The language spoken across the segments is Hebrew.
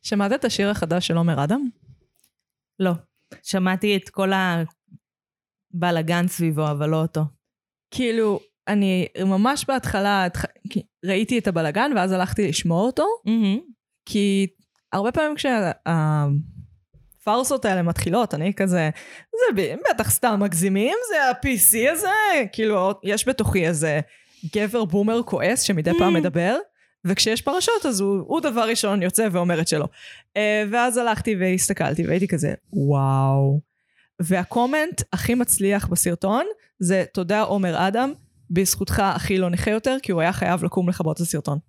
שמעת את השיר החדש של עומר אדם? לא. שמעתי את כל הבלגן סביבו, אבל לא אותו. כאילו, אני ממש בהתחלה ראיתי את הבלגן, ואז הלכתי לשמוע אותו, כי הרבה פעמים כשהפרסות האלה מתחילות, אני כזה, זה בטח סתם מגזימים, זה ה-PC הזה, כאילו, יש בתוכי איזה גבר בומר כועס שמדי פעם מדבר, וכשיש פרשות, אז הוא דבר ראשון יוצא ואומר את שלו. ואז הלכתי והסתכלתי, והייתי כזה, וואו. והקומנט הכי מצליח בסרטון, זה תודה עומר אדם, בזכותך הכי לא נכה יותר, כי הוא היה חייב לקום לכבות את הסרטון.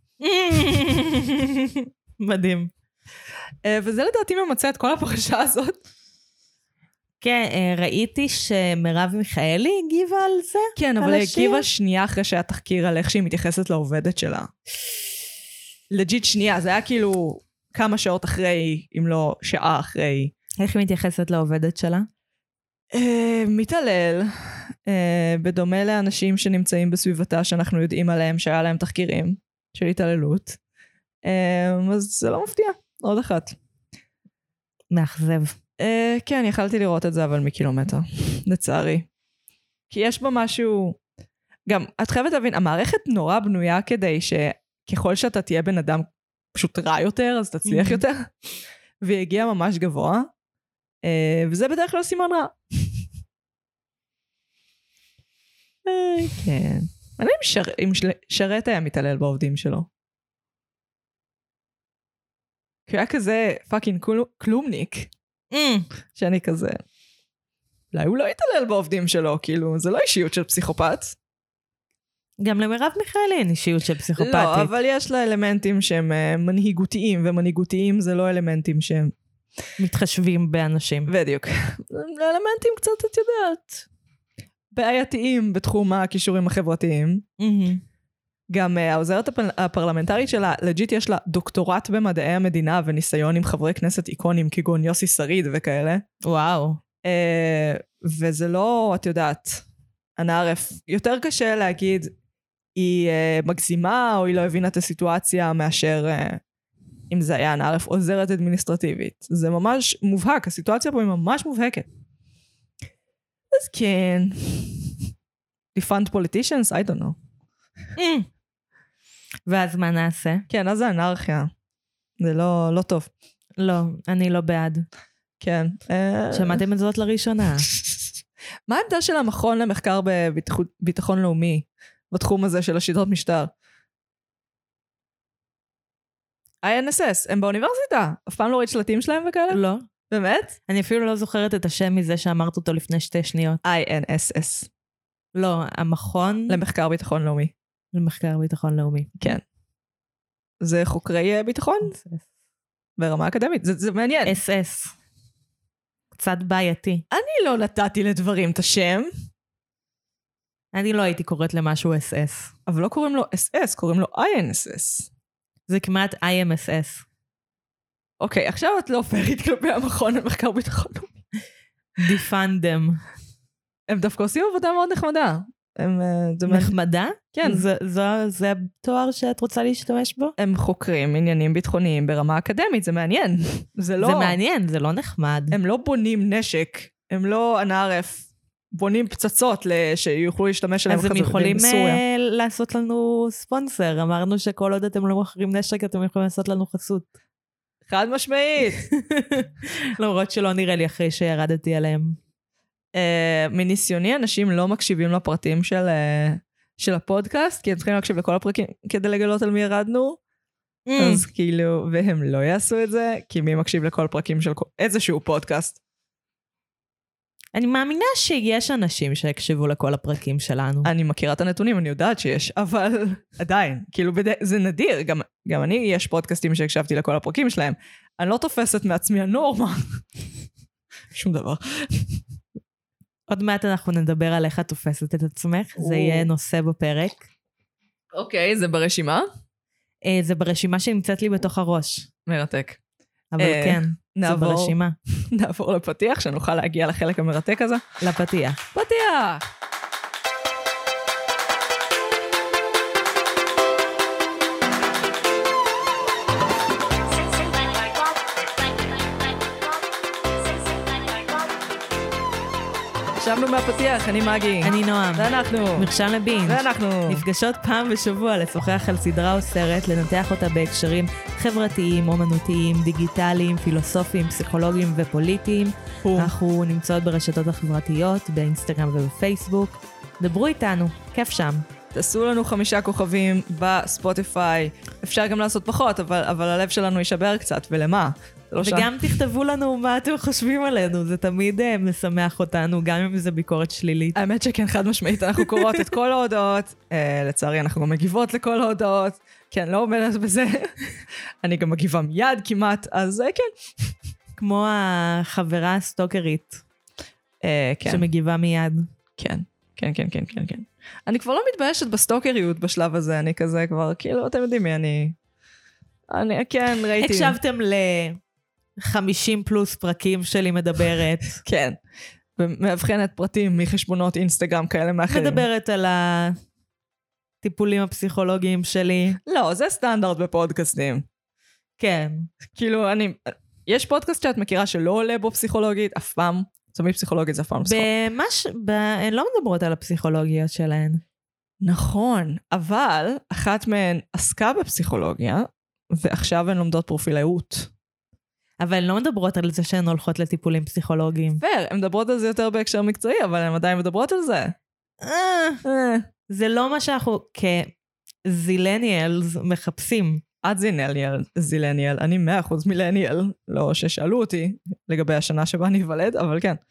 מדהים. וזה לדעתי ממצא את כל הפרשה הזאת. כן, ראיתי שמרב מיכאלי הגיבה על זה? כן, אבל היא הגיבה שנייה אחרי שהיה תחקיר על איך שהיא מתייחסת לעובדת שלה. לג'יט שנייה, זה היה כאילו כמה שעות אחרי, אם לא שעה אחרי. איך היא מתייחסת לעובדת שלה? מתעלל, בדומה לאנשים שנמצאים בסביבתה שאנחנו יודעים עליהם, שהיה להם תחקירים של התעללות. אז זה לא מפתיע, עוד אחת. מאכזב. כן, יכלתי לראות את זה, אבל מקילומטר, לצערי. כי יש בה משהו, גם, את חייבת להבין, המערכת נורא בנויה כדי שככל שאתה תהיה בן אדם פשוט רע יותר, אז תצליח יותר, והיא הגיעה ממש גבוה, וזה בדרך כלל סימן רע. כן. אני אם שרת היה מתעלל בעובדים שלו. כי היה כזה פאקינג כלומניק, שאני כזה, אולי הוא לא יתעלל בעובדים שלו, כאילו, זה לא אישיות של פסיכופת. גם למרב מיכאלי אין אישיות של פסיכופתית. לא, אבל יש לה אלמנטים שהם מנהיגותיים, ומנהיגותיים זה לא אלמנטים שהם מתחשבים באנשים. בדיוק. אלמנטים קצת, את יודעת, בעייתיים בתחום הכישורים החברתיים. גם העוזרת הפרלמנטרית שלה, לג'יט יש לה דוקטורט במדעי המדינה, וניסיון עם חברי כנסת איקונים, כגון יוסי שריד וכאלה. וואו. וזה לא, את יודעת, הנערף, יותר קשה להגיד, היא מגזימה, או היא לא הבינה את הסיטואציה, מאשר אם זה היה הנערף עוזרת אדמיניסטרטיבית. זה ממש מובהק, הסיטואציה פה היא ממש מובהקת. אז כן, defund politicians, I don't know. ואז מה נעשה? כן, אז זה אנרכיה. זה לא טוב. לא, אני לא בעד. כן. שמעתם את זאת לראשונה. מה העמדה של המכון למחקר בביטחון לאומי, בתחום הזה של השיטות משטר? INSS, הם באוניברסיטה. אף פעם לא ראית שלטים שלהם וכאלה? לא. באמת? אני אפילו לא זוכרת את השם מזה שאמרת אותו לפני 2 שניות. INSS. לא, המכון למחקר ביטחון לאומי. למחקר ביטחון לאומי. כן. זה חוקרי ביטחון? ברמה אקדמית. זה מעניין. SS. קצת בעייתי. אני לא נתתי לדברים את השם. אני לא הייתי קוראת למשהו SS. אבל לא קוראים לו SS, קוראים לו INSS. זה כמעט IMSS. אוקיי, עכשיו את לא פרית כלפי המכון למחקר ביטחון לאומי. defund them. הם דווקא עושים עבודה מאוד נחמדה. נחמדה? כן. זה התואר שאת רוצה להשתמש בו? הם חוקרים עניינים ביטחוניים ברמה אקדמית, זה מעניין. זה מעניין, זה לא נחמד. הם לא בונים נשק, הם לא הנערף, בונים פצצות שיוכלו להשתמש עליהם אז הם יכולים לעשות לנו ספונסר, אמרנו שכל עוד אתם לא מוכרים נשק, אתם יכולים לעשות לנו חסות. חד משמעית. למרות שלא נראה לי אחרי שירדתי עליהם. מניסיוני, אנשים לא מקשיבים לפרטים של הפודקאסט, כי הם צריכים להקשיב לכל הפרקים כדי לגלות על מי ירדנו, אז כאילו, והם לא יעשו את זה, כי מי מקשיב לכל פרקים של איזשהו פודקאסט. אני מאמינה שיש אנשים שיקשיבו לכל הפרקים שלנו. אני מכירה את הנתונים, אני יודעת שיש, אבל עדיין, כאילו זה נדיר, גם אני יש פודקאסטים שהקשבתי לכל הפרקים שלהם, אני לא תופסת מעצמי הנורמה. שום דבר. עוד מעט אנחנו נדבר על איך את תופסת את עצמך, זה יהיה נושא בפרק. אוקיי, זה ברשימה? זה ברשימה שנמצאת לי בתוך הראש. מרתק. אבל כן, זה ברשימה. נעבור לפתיח, שנוכל להגיע לחלק המרתק הזה. לפתיח. פתיח! שבנו מהפתיח, אני מגי. אני נועם. ואנחנו. מרשם לבינג'. ואנחנו. נפגשות פעם בשבוע לשוחח על סדרה או סרט, לנתח אותה בהקשרים חברתיים, אומנותיים, דיגיטליים, פילוסופיים, פסיכולוגיים ופוליטיים. אנחנו נמצאות ברשתות החברתיות, באינסטגרם ובפייסבוק. דברו איתנו, כיף שם. תעשו לנו 5 כוכבים בספוטיפיי. אפשר גם לעשות פחות, אבל הלב שלנו יישבר קצת, ולמה? וגם תכתבו לנו מה אתם חושבים עלינו, זה תמיד משמח אותנו, גם אם זה ביקורת שלילית. האמת שכן, חד משמעית, אנחנו קוראות את כל ההודעות, לצערי אנחנו גם מגיבות לכל ההודעות, כן, לא אומרת בזה, אני גם מגיבה מיד כמעט, אז כן. כמו החברה הסטוקרית, כן. שמגיבה מיד. כן, כן, כן, כן, כן, כן. אני כבר לא מתביישת בסטוקריות בשלב הזה, אני כזה כבר, כאילו, אתם יודעים מי אני כן, ראיתי. הקשבתם ל-50 פלוס פרקים שלי מדברת. כן, ומאבחנת פרטים מחשבונות אינסטגרם כאלה מאחרים. מדברת על הטיפולים הפסיכולוגיים שלי. לא, זה סטנדרט בפודקאסטים. כן. כאילו, יש פודקאסט שאת מכירה שלא עולה בו פסיכולוגית, אף פעם. תמיד פסיכולוגית זה אף פעם פסיכולוגית. הן לא מדברות על הפסיכולוגיות שלהן. נכון, אבל אחת מהן עסקה בפסיכולוגיה, ועכשיו הן לומדות פרופילאות. אבל הן לא מדברות על זה שהן הולכות לטיפולים פסיכולוגיים. הן מדברות על זה יותר בהקשר מקצועי, אבל הן עדיין מדברות על זה. זה לא מה שאנחנו כזילניאלס מחפשים. את זילניאל, אני 100% מילניאל. לא ששאלו אותי לגבי השנה שבה אני אוולד, אבל כן.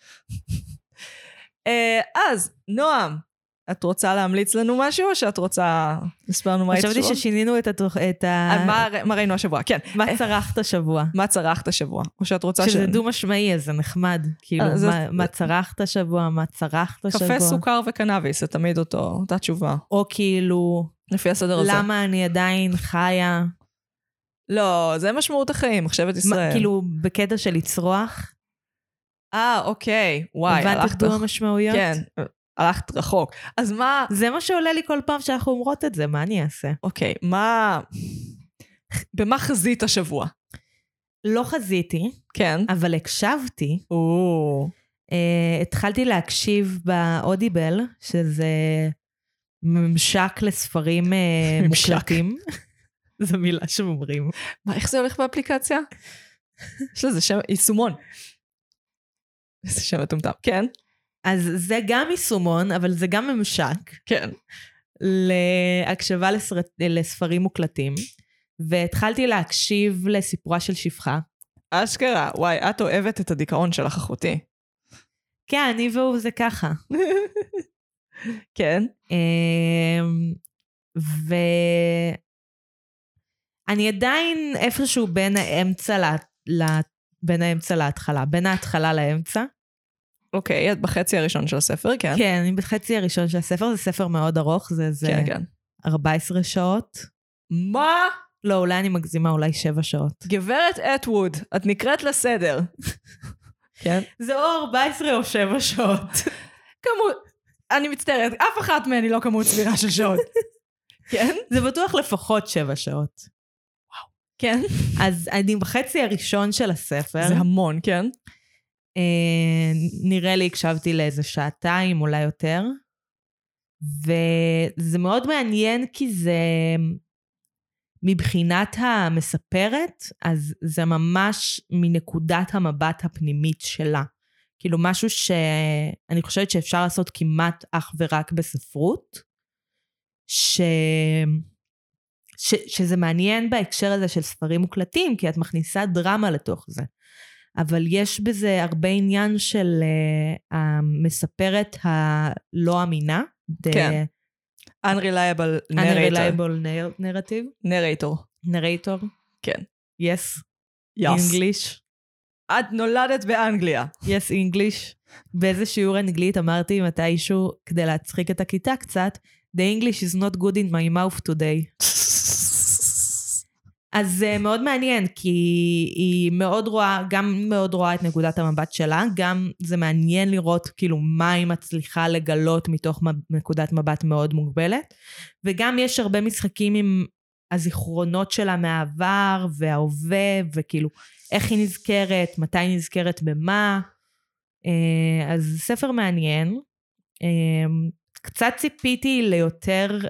אז, נועם, את רוצה להמליץ לנו משהו, או שאת רוצה לספר לנו מה היית שבוע? חשבתי ששינינו את מה ראינו השבוע? כן. מה צרכת השבוע? מה צרכת השבוע? או שאת רוצה שזה דו-משמעי, אז זה נחמד. כאילו, מה צרכת השבוע, מה צרכת השבוע? קפה, סוכר וקנאביס, זה תמיד אותה תשובה. או כאילו, לפי הסדר הזה. למה אני עדיין חיה? לא, זה משמעות החיים, מחשבת ישראל. כאילו, בקטע של לצרוח? אוקיי. וואי, הלכת. הבנת דו המשמעויות? כן. הלכת רחוק. אז מה... זה מה שעולה לי כל פעם שאנחנו אומרות את זה, מה אני אעשה? אוקיי, במה חזית השבוע? לא חזיתי. כן. אבל הקשבתי. התחלתי להקשיב באודיבל, שזה ממשק לספרים מוקלטים. זו מילה שאומרים. מה, איך זה הולך באפליקציה? יש לזה שם, יישומון. איזה שם מטומטם. כן. אז זה גם יישומון, אבל זה גם ממשק. כן. להקשבה לספרים מוקלטים, והתחלתי להקשיב לסיפורה של שפחה. אשכרה, וואי, את אוהבת את הדיכאון שלך, אחותי. כן, אני והוא זה ככה. כן. ואני עדיין איפשהו בין האמצע להתחלה, בין ההתחלה לאמצע. אוקיי, את בחצי הראשון של הספר, כן? כן, אני בחצי הראשון של הספר, זה ספר מאוד ארוך, זה כן. 14 שעות. מה? לא, אולי אני מגזימה, אולי 7 שעות. גברת אטווד, את נקראת לסדר. כן? זה או 14 או 7 שעות. אני מצטערת, אף אחת מהן היא לא כמות סבירה של שעות. כן? זה בטוח לפחות 7 שעות. וואו. כן? אז אני בחצי הראשון של הספר. זה המון, כן? נראה לי הקשבתי לאיזה 2 שעות, אולי יותר. וזה מאוד מעניין כי זה, מבחינת המספרת, אז זה ממש מנקודת המבט הפנימית שלה. כאילו משהו שאני חושבת שאפשר לעשות כמעט אך ורק בספרות, שזה מעניין בהקשר הזה של ספרים מוקלטים, כי את מכניסה דרמה לתוך זה. אבל יש בזה הרבה עניין של המספרת הלא אמינה. כן. Unreliable narrative. Narrator. כן. Yes. Yes. English. את נולדת באנגליה. Yes, English. באיזה שיעור אנגלית אמרתי מתישהו, כדי להצחיק את הכיתה קצת, The English is not good in my mouth today. אז זה מאוד מעניין, כי היא מאוד רואה, גם מאוד רואה את נקודת המבט שלה, גם זה מעניין לראות כאילו מה היא מצליחה לגלות מתוך נקודת מבט מאוד מוגבלת, וגם יש הרבה משחקים עם הזיכרונות שלה מהעבר וההווה, וכאילו איך היא נזכרת, מתי היא נזכרת במה, אז ספר מעניין. קצת ציפיתי ליותר...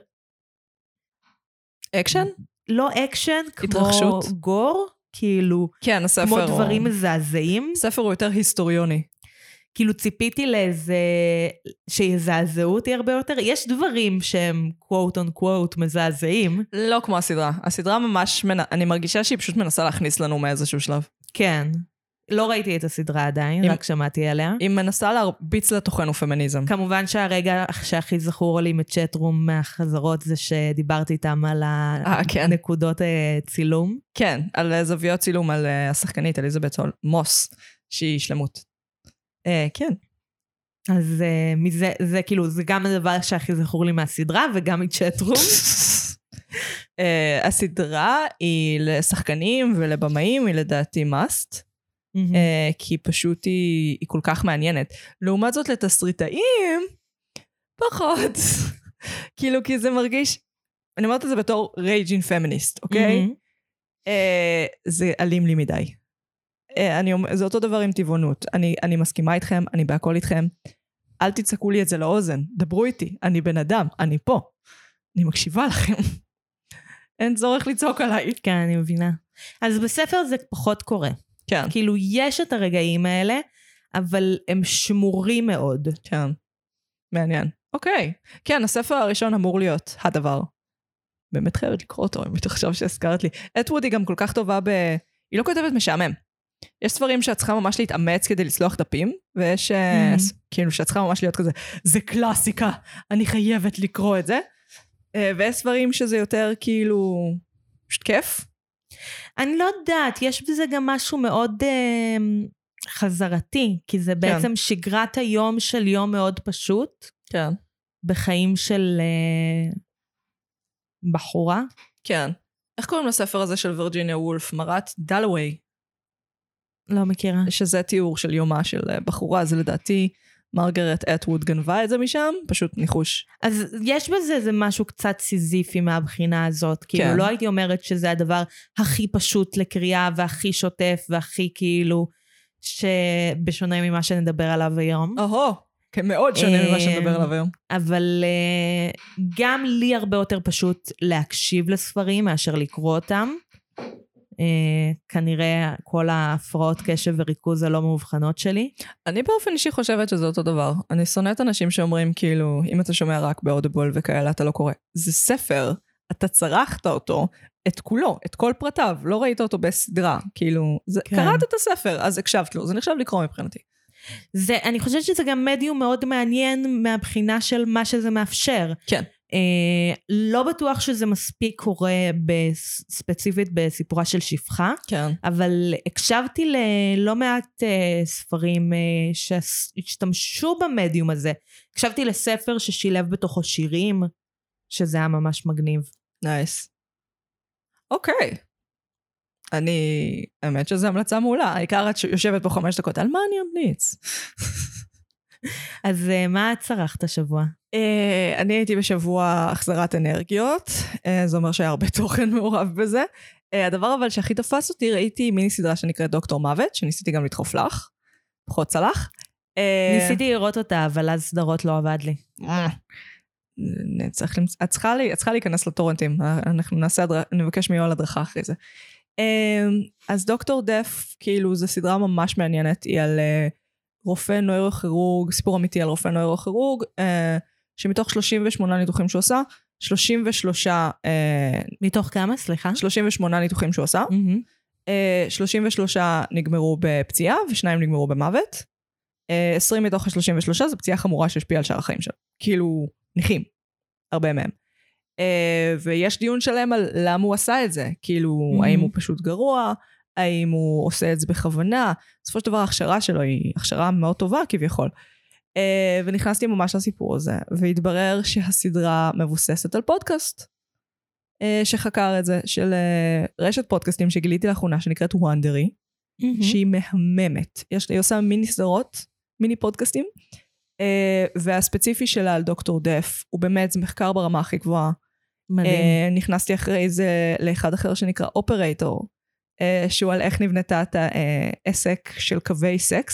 אקשן? לא אקשן, כמו התרחשות? גור, כאילו, כן, הספר כמו דברים מזעזעים. הספר הוא יותר היסטוריוני. כאילו ציפיתי לאיזה, שיזעזעו אותי הרבה יותר. יש דברים שהם quote on quote מזעזעים. לא כמו הסדרה. הסדרה ממש, אני מרגישה שהיא פשוט מנסה להכניס לנו מאיזשהו שלב. כן. לא ראיתי את הסדרה עדיין, רק שמעתי עליה. היא מנסה להרביץ לתוכן ופמיניזם. כמובן שהרגע שהכי זכור לי מצ'טרום מהחזרות זה שדיברתי איתם על הנקודות צילום. כן, על זוויות צילום, על השחקנית אליזבת מוס, שהיא שלמות. כן. אז מזה, זה כאילו, זה גם הדבר שהכי זכור לי מהסדרה, וגם מצ'טרום. הסדרה היא לשחקנים ולבמאים, היא לדעתי must. כי פשוט היא כל כך מעניינת. לעומת זאת לתסריטאים, פחות. כאילו, כי זה מרגיש, אני אומרת את זה בתור raging feminist, אוקיי? זה אלים לי מדי. זה אותו דבר עם טבעונות. אני מסכימה איתכם, אני בהכל איתכם. אל תצעקו לי את זה לאוזן, דברו איתי, אני בן אדם, אני פה. אני מקשיבה לכם. אין צורך לצעוק עליי. כן, אני מבינה. אז בספר זה פחות קורה. כן. כאילו, יש את הרגעים האלה, אבל הם שמורים מאוד. כן. מעניין. אוקיי. כן, הספר הראשון אמור להיות הדבר. באמת חייבת לקרוא אותו, אם תחשוב שהזכרת לי. אטווד היא גם כל כך טובה היא לא כותבת משעמם. יש ספרים שאת צריכה ממש להתאמץ כדי לצלוח דפים, ויש כאילו שאת צריכה ממש להיות כזה, זה קלאסיקה, אני חייבת לקרוא את זה. ויש ספרים שזה יותר כאילו, פשוט כיף. אני לא יודעת, יש בזה גם משהו מאוד חזרתי, כי זה בעצם שגרת היום של יום מאוד פשוט. כן. בחיים של בחורה. כן. איך קוראים לספר הזה של וירג'יניה וולף? מרת דלווי. לא מכירה. שזה תיאור של יומה של בחורה, זה לדעתי מרגרט אטווד גנבה את זה משם, פשוט ניחוש. אז יש בזה איזה משהו קצת סיזיפי מהבחינה הזאת, כאילו לא הייתי אומרת שזה הדבר הכי פשוט לקריאה, והכי שוטף, והכי כאילו, שבשונה ממה שנדבר עליו היום. כן, מאוד שונה ממה שנדבר עליו היום. אבל גם לי הרבה יותר פשוט להקשיב לספרים, מאשר לקרוא אותם. כנראה כל ההפרעות קשב וריכוז הלא מאובחנות שלי. אני באופן אישי חושבת שזה אותו דבר. אני שונאת אנשים שאומרים כאילו, אם אתה שומע רק באודיבול וכאלה, אתה לא קורא. זה ספר, אתה צרכת אותו, את כולו, את כל פרטיו, לא ראית אותו בסדרה, כאילו, קראת את הספר, אז הקשבת לו, זה נחשב לקרוא מבחינתי. אני חושבת שזה גם מדיום מאוד מעניין מהבחינה של מה שזה מאפשר. כן. לא בטוח שזה מספיק קורה ספציפית בסיפורה של שפחה, כן. אבל הקשבתי ללא מעט ספרים שהשתמשו במדיום הזה. הקשבתי לספר ששילב בתוכו שירים, שזה היה ממש מגניב. נייס. אוקיי. האמת שזו המלצה מעולה, העיקר את יושבת פה 5 דקות, על מה אני אמליץ? אז מה צרכת השבוע? אני הייתי בשבוע החזרת אנרגיות, זה אומר שהיה הרבה תוכן מעורב בזה. הדבר אבל שהכי תפס אותי, ראיתי מיני סדרה שנקראת דוקטור מוות, שניסיתי גם לדחוף לך, פחות צלח. ניסיתי לראות אותה, אבל אז סדרות לא עבד לי. את צריכה להיכנס לטורנטים, אנחנו נבקש מיואל הדרכה אחרי זה. אז דוקטור דף, כאילו, זו סדרה ממש מעניינת, היא על רופא נוירוכירורג, סיפור אמיתי על רופא נוירוכירורג, שמתוך 38 ניתוחים שהוא עושה, 33... מתוך כמה? סליחה? 38 ניתוחים שהוא עושה, 33 נגמרו בפציעה, ו2 נגמרו במוות, 20 מתוך ה-33 זה פציעה חמורה שהשפיעה על שאר החיים שלו. כאילו, נחים, הרבה מהם. ויש דיון שלם על למה הוא עשה את זה, כאילו, האם הוא פשוט גרוע, האם הוא עושה את זה בכוונה, בסופו של דבר ההכשרה שלו היא הכשרה מאוד טובה כביכול, ונכנסתי ממש לסיפור הזה, והתברר שהסדרה מבוססת על פודקאסט, שחקר את זה, של רשת פודקאסטים שגיליתי לאחרונה, שנקראת וונדרי, שהיא מהממת, היא עושה מיני סדרות, מיני פודקאסטים, והספציפי שלה על דוקטור דף, הוא באמת, זה מחקר ברמה הכי גבוהה, נכנסתי אחרי זה לאחד אחר שנקרא אופרייטור, שהוא על איך נבנתה את העסק של קווי סקס,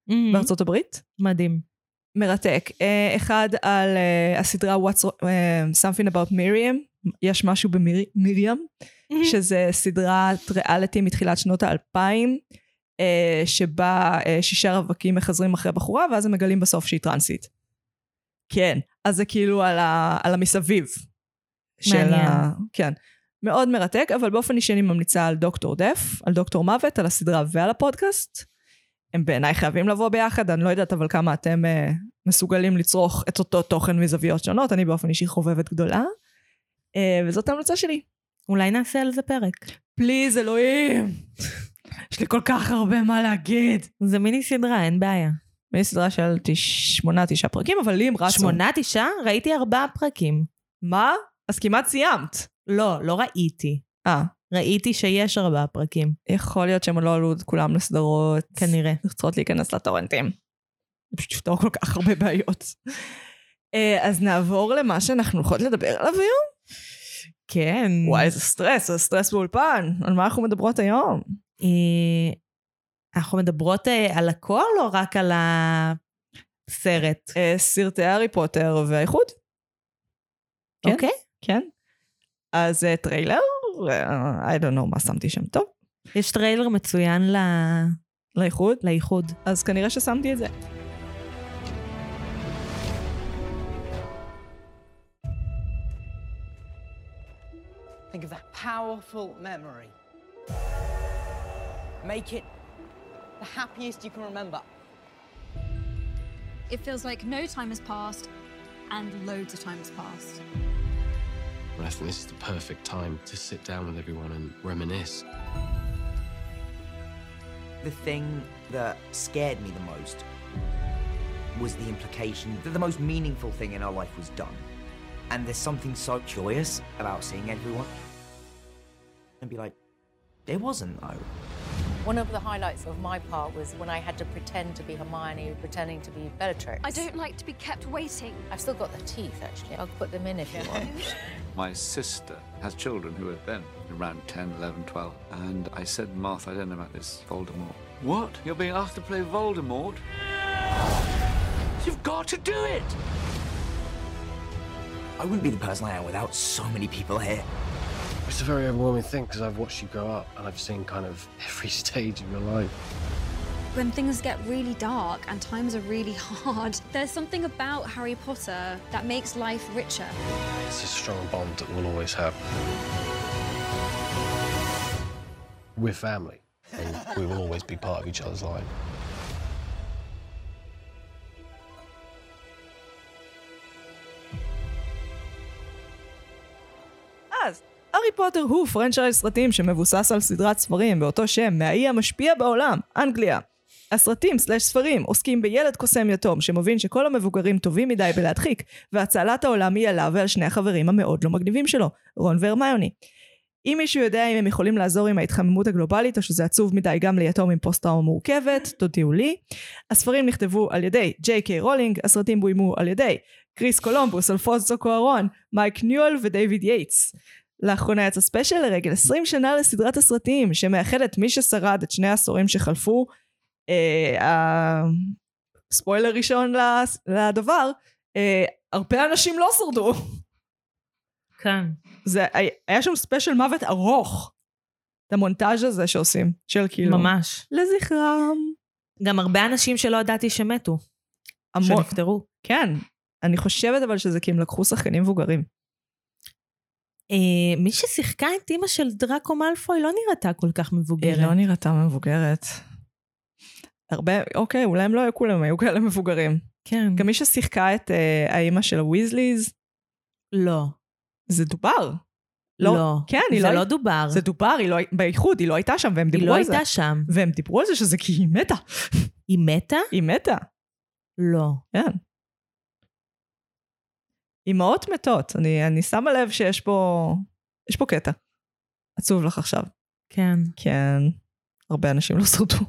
בארצות הברית. מדהים. מרתק. אחד על הסדרה Something About Miriam, יש משהו במרים, שזה סדרת ריאליטי מתחילת שנות ה-2000, שבה 6 רווקים מחזרים אחרי בחורה, ואז הם מגלים בסוף שהיא טרנסית. כן, אז זה כאילו על המסביב. מעניין. כן, מאוד מרתק, אבל באופן אישי אני ממליצה על דוקטור דף, על דוקטור מוות, על הסדרה ועל הפודקאסט. הם בעיניי חייבים לבוא ביחד, אני לא יודעת אבל כמה אתם מסוגלים לצרוך את אותו תוכן מזוויות שונות, אני באופן אישי חובבת גדולה, וזאת ההמלצה שלי. אולי נעשה על זה פרק. פליז, אלוהים. יש לי כל כך הרבה מה להגיד. זה מיני סדרה, אין בעיה. מיני סדרה של 8-9 פרקים, אבל לי הם רצו. 8-9? ראיתי 4 פרקים. מה? אז כמעט סיימת. לא ראיתי. ראיתי שיש 4 פרקים. יכול להיות שהם לא עלו כולם לסדרות. כנראה. צריכות להיכנס לטורנטים. זה פשוט יפתור כל כך הרבה בעיות. אז נעבור למה שאנחנו יכולות לדבר עליו היום. כן. וואי, איזה סטרס, זה סטרס באולפן. על מה אנחנו מדברות היום? אנחנו מדברות על הכל או רק על הסרט? סרטי הארי פוטר והאיחוד. אוקיי. כן. אז טריילר, I don't know מה שמתי שם טוב. יש טריילר מצוין לאיחוד? לאיחוד. אז כנראה ששמתי את זה. Think of that powerful memory. Make it the happiest you can remember. It feels like no time has passed and loads of time has passed. Well, I think this is the perfect time to sit down with everyone and reminisce. The thing that scared me the most was the implication that the most meaningful thing in our life was done. And there's something so joyous about seeing everyone and be like, there wasn't though. One of the highlights of my part was when I had to pretend to be Hermione, pretending to be Bellatrix. I don't like to be kept waiting. I've still got the teeth, actually. I'll put them in if you want. My sister has children who are then around 10, 11, 12. And I said, Martha, I don't know about this Voldemort. What? You're being asked to play Voldemort? You've got to do it! I wouldn't be the person I am without so many people here. It's a very overwhelming thing because I've watched you grow up and I've seen kind of every stage of your life. When things get really dark and times are really hard, there's something about Harry Potter that makes life richer. It's a strong bond that we'll always have. We're family and we will always be part of each other's life. אז, הארי פוטר הוא פרנצ'ייז סרטים שמבוסס על סדרת ספרים באותו שם מהאי המשפיע בעולם, אנגליה. הסרטים ספרים עוסקים בילד קוסם יתום שמבין שכל המבוגרים טובים מדי בלהדחיק, והצלת העולם היא עליו ועל שני החברים המאוד לא מגניבים שלו, רון והרמיוני. אם מישהו יודע אם הם יכולים לעזור עם ההתחממות הגלובלית או שזה עצוב מדי גם ליתום עם פוסט-טראומה מורכבת, תודיעו לי. הספרים נכתבו על ידי ג'יי קיי רולינג, הסרטים בוימו על ידי קריס קולומבוס, אלפונסו קוארון, מייק ניואל ודייוויד יייטס. לאחרונה יצא ספיישל לרגל 20 שנה לסדרת הסרטים, שמאחדת מי ששרד את 2 העשורים שחלפו. ספוילר ראשון לדבר, הרבה אנשים לא שרדו. כן. זה, היה שם ספיישל מוות ארוך. את המונטאז' הזה שעושים, של כאילו. ממש. לזכרם. גם הרבה אנשים שלא ידעתי שמתו. שנפטרו. כן. אני חושבת אבל שזה כי הם לקחו שחקנים מבוגרים. מי ששיחקה את אמא של דראקו מאלפוי לא נראתה כל כך מבוגרת. היא לא נראתה מבוגרת. הרבה, אוקיי, אולי הם לא היו כולם, היו כאלה מבוגרים. כן. גם מי ששיחקה את האמא של הוויזליז. לא. זה דובר. לא. כן, זה לא דובר. זה דובר, באיחוד, היא לא הייתה שם, והם דיברו על זה. היא לא הייתה שם. והם דיברו על זה שזה כי היא מתה. היא מתה? היא מתה. לא. כן. אמהות מתות. אני שמה לב שיש פה קטע. עצוב לך עכשיו. כן. כן. הרבה אנשים לא שרדו.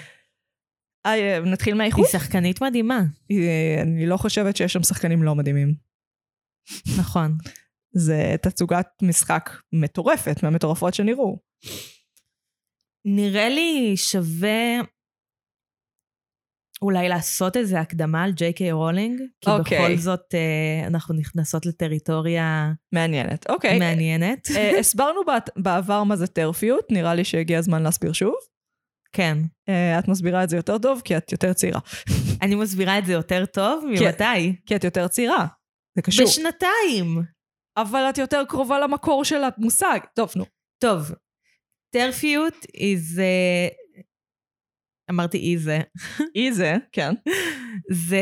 נתחיל מהאיחוד? היא שחקנית מדהימה. אני לא חושבת שיש שם שחקנים לא מדהימים. נכון. זה תצוגת משחק מטורפת, מהמטורפות שנראו. נראה לי שווה אולי לעשות איזה הקדמה על ג'יי.קיי רולינג, כי בכל זאת אנחנו נכנסות לטריטוריה מעניינת. אוקיי. מעניינת. הסברנו בעבר מה זה טרפיות, נראה לי שהגיע הזמן להסביר שוב. כן. את מסבירה את זה יותר טוב, כי את יותר צעירה. אני מסבירה את זה יותר טוב? ממתי? כי את יותר צעירה. זה קשור. בשנתיים. אבל את יותר קרובה למקור של המושג. טוב, נו. טוב. טרפיות is... אמרתי איזה. איזה, כן. זה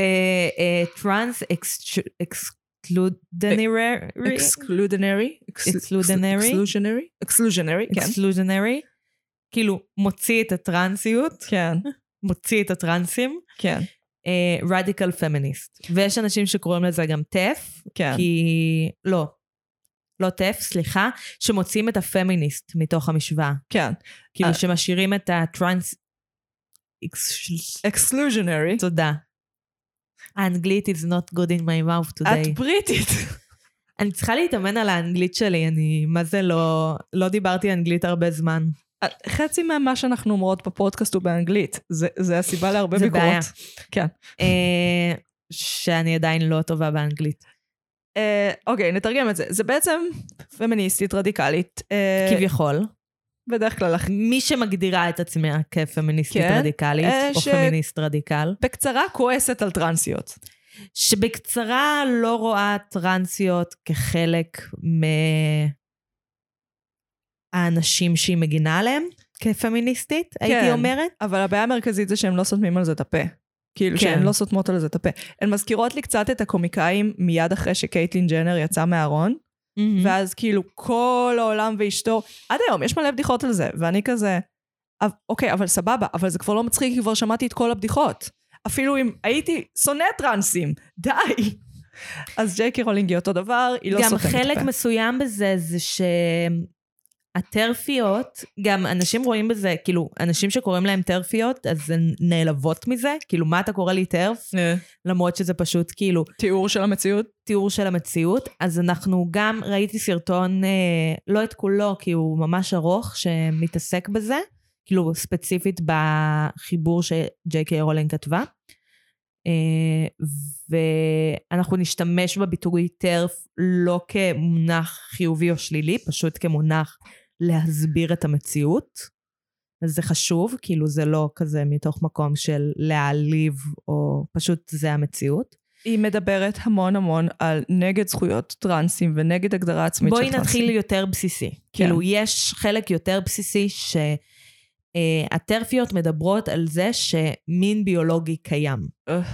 exclusionary, כן. exclusionary, כאילו מוציא את הטרנסיות, כן. מוציא את הטרנסים, כן. radical feminist. ויש אנשים שקוראים לזה גם טף, כן. כי לא טף, סליחה, שמוציאים את הפמיניסט מתוך המשוואה. כן. כאילו שמשאירים את הטרנס... exclusionary. תודה. האנגלית is not good in my mouth today. את בריטית. אני צריכה להתאמן על האנגלית שלי, אני מה זה לא דיברתי אנגלית הרבה זמן. חצי ממה שאנחנו אומרות בפודקאסט הוא באנגלית. זה הסיבה להרבה ביקורות. זה בעיה. כן. שאני עדיין לא טובה באנגלית. אוקיי, נתרגם את זה. זה בעצם פמיניסטית, רדיקלית. כביכול. בדרך כלל. מי שמגדירה את עצמה כפמיניסטית רדיקלית, או פמיניסט רדיקל. בקצרה כועסת על טרנסיות. שבקצרה לא רואה טרנסיות כחלק מהאנשים שהיא מגינה עליהם, כפמיניסטית, הייתי אומרת. אבל הבעיה המרכזית זה שהם לא סותמים על זה את הפה. כאילו שהן לא סותמות על זה את הפה. הן מזכירות לי קצת את הקומיקאים מיד אחרי שקייטלין ג'נר יצא מהארון, ואז כאילו כל העולם ואשתו, עד היום יש מלא בדיחות על זה, ואני כזה, אוקיי, אבל סבבה, אבל זה כבר לא מצחיק, כי כבר שמעתי את כל הבדיחות. אפילו אם הייתי שונא טרנסים, די. אז ג'יי.קיי רולינג היא אותו דבר, היא לא סותמת את הפה. גם חלק מסוים בזה זה שהטרפיות, גם אנשים רואים בזה, כאילו, אנשים שקוראים להם טרפיות, אז הן נעלבות מזה, כאילו, מה אתה קורא לי טרף? למרות שזה פשוט, כאילו... תיאור של המציאות? תיאור של המציאות. אז אנחנו גם, ראיתי סרטון, לא את כולו, כי הוא ממש ארוך, שמתעסק בזה, כאילו, ספציפית בחיבור שג'יי.קיי רולינג כתבה. ואנחנו נשתמש בביטוי טרף לא כמונח חיובי או שלילי, פשוט כמונח להסביר את המציאות. אז זה חשוב, כאילו זה לא כזה מתוך מקום של להעליב, או פשוט זה המציאות. היא מדברת המון המון על נגד זכויות טרנסים ונגד הגדרה עצמית של טרנסים. בואי נתחיל יותר בסיסי. כאילו יש חלק יותר בסיסי שהטרפיות מדברות על זה שמין ביולוגי קיים.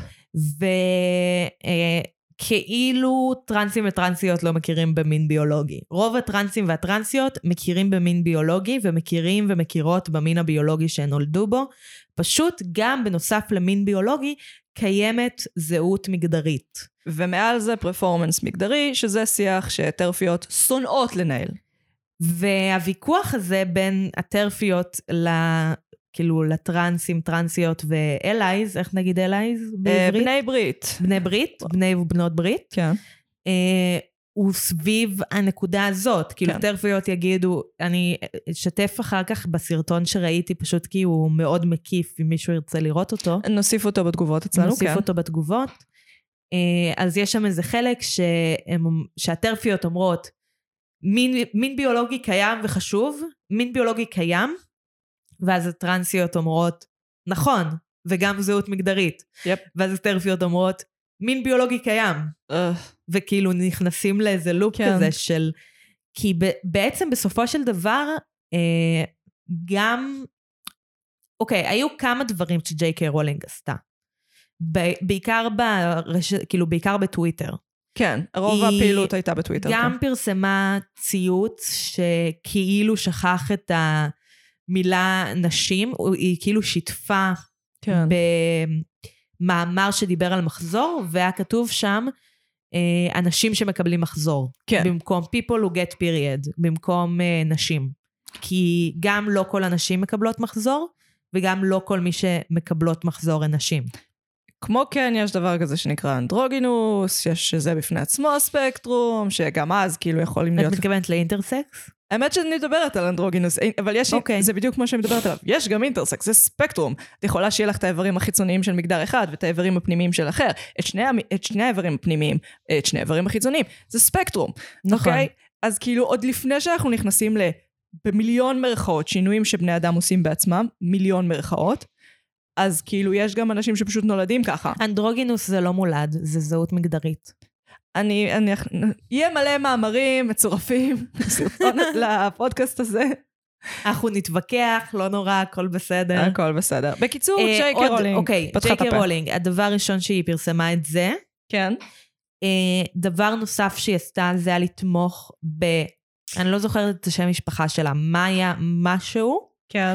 וכאילו טרנסים וטרנסיות לא מכירים במין ביולוגי. רוב הטרנסים והטרנסיות מכירים במין ביולוגי, ומכירים ומכירות במין הביולוגי שהן נולדו בו. פשוט גם בנוסף למין ביולוגי, קיימת זהות מגדרית. ומעל זה פרפורמנס מגדרי, שזה שיח שטרפיות שונאות לנהל. והוויכוח הזה בין הטרפיות כאילו לטרנסים, טרנסיות ואלייז, איך נגיד אלייז בעברית? בני ברית. בני ברית, בני ובנות ברית. כן. הוא סביב הנקודה הזאת, כאילו טרפיות יגידו, אני אשתף אחר כך בסרטון שראיתי, פשוט כי הוא מאוד מקיף, אם מישהו ירצה לראות אותו. נוסיף אותו בתגובות אצלנו, כן. נוסיף אותו בתגובות. אז יש שם איזה חלק שהטרפיות אומרות, מין ביולוגי קיים וחשוב, מין ביולוגי קיים, ואז הטרנסיות אומרות, נכון, וגם זהות מגדרית. ואז הטרפיות אומרות, מין ביולוגי קיים. וכאילו נכנסים לאיזה לופ כזה של... כי בעצם בסופו של דבר, גם... אוקיי, היו כמה דברים שג'יי.קיי רולינג עשתה. בעיקר בטוויטר. כן, רוב הפעילות הייתה בטוויטר. גם פרסמה ציוץ שכאילו שכח את המילה נשים, היא כאילו שיתפה במאמר שדיבר על מחזור, והיה כתוב שם אנשים שמקבלים מחזור. במקום people who get period, במקום נשים. כי גם לא כל הנשים מקבלות מחזור, וגם לא כל מי שמקבלות מחזור הן נשים. כמו כן, יש דבר כזה שנקרא אנדרוגינוס, שזה בפני עצמו ספקטרום, שגם אז כאילו יכולים להיות... את מתכוונת לאינטרסקס? האמת שאני מדברת על אנדרוגינוס, אבל יש, זה בדיוק כמו שאני מדברת עליו. יש גם אינטרסקס, זה ספקטרום. את יכולה שיהיה לך את האיברים החיצוניים של מגדר אחד, ואת האיברים הפנימיים של אחר. את שני האיברים הפנימיים, את שני האיברים החיצוניים. זה ספקטרום. נכון. אוקיי? אז כאילו, עוד לפני שאנחנו נכנסים במיליון מרכאות, שינויים שבני אדם עושים בעצמם, מיליון מרכאות, אז כאילו, יש גם אנשים שפשוט נולדים ככה. אנדרוגינוס זה לא מולד, זה זהות מגדרית. יהיה מלא מאמרים מצורפים לפודקאסט הזה. אנחנו נתווכח, לא נורא, הכל בסדר. הכל בסדר. בקיצור, ג'יי.קיי רולינג. אוקיי, ג'יי.קיי רולינג, הדבר הראשון שהיא פרסמה את זה. כן. דבר נוסף שהיא עשתה זה היה לתמוך אני לא זוכרת את השם המשפחה שלה, מאיה משהו. כן.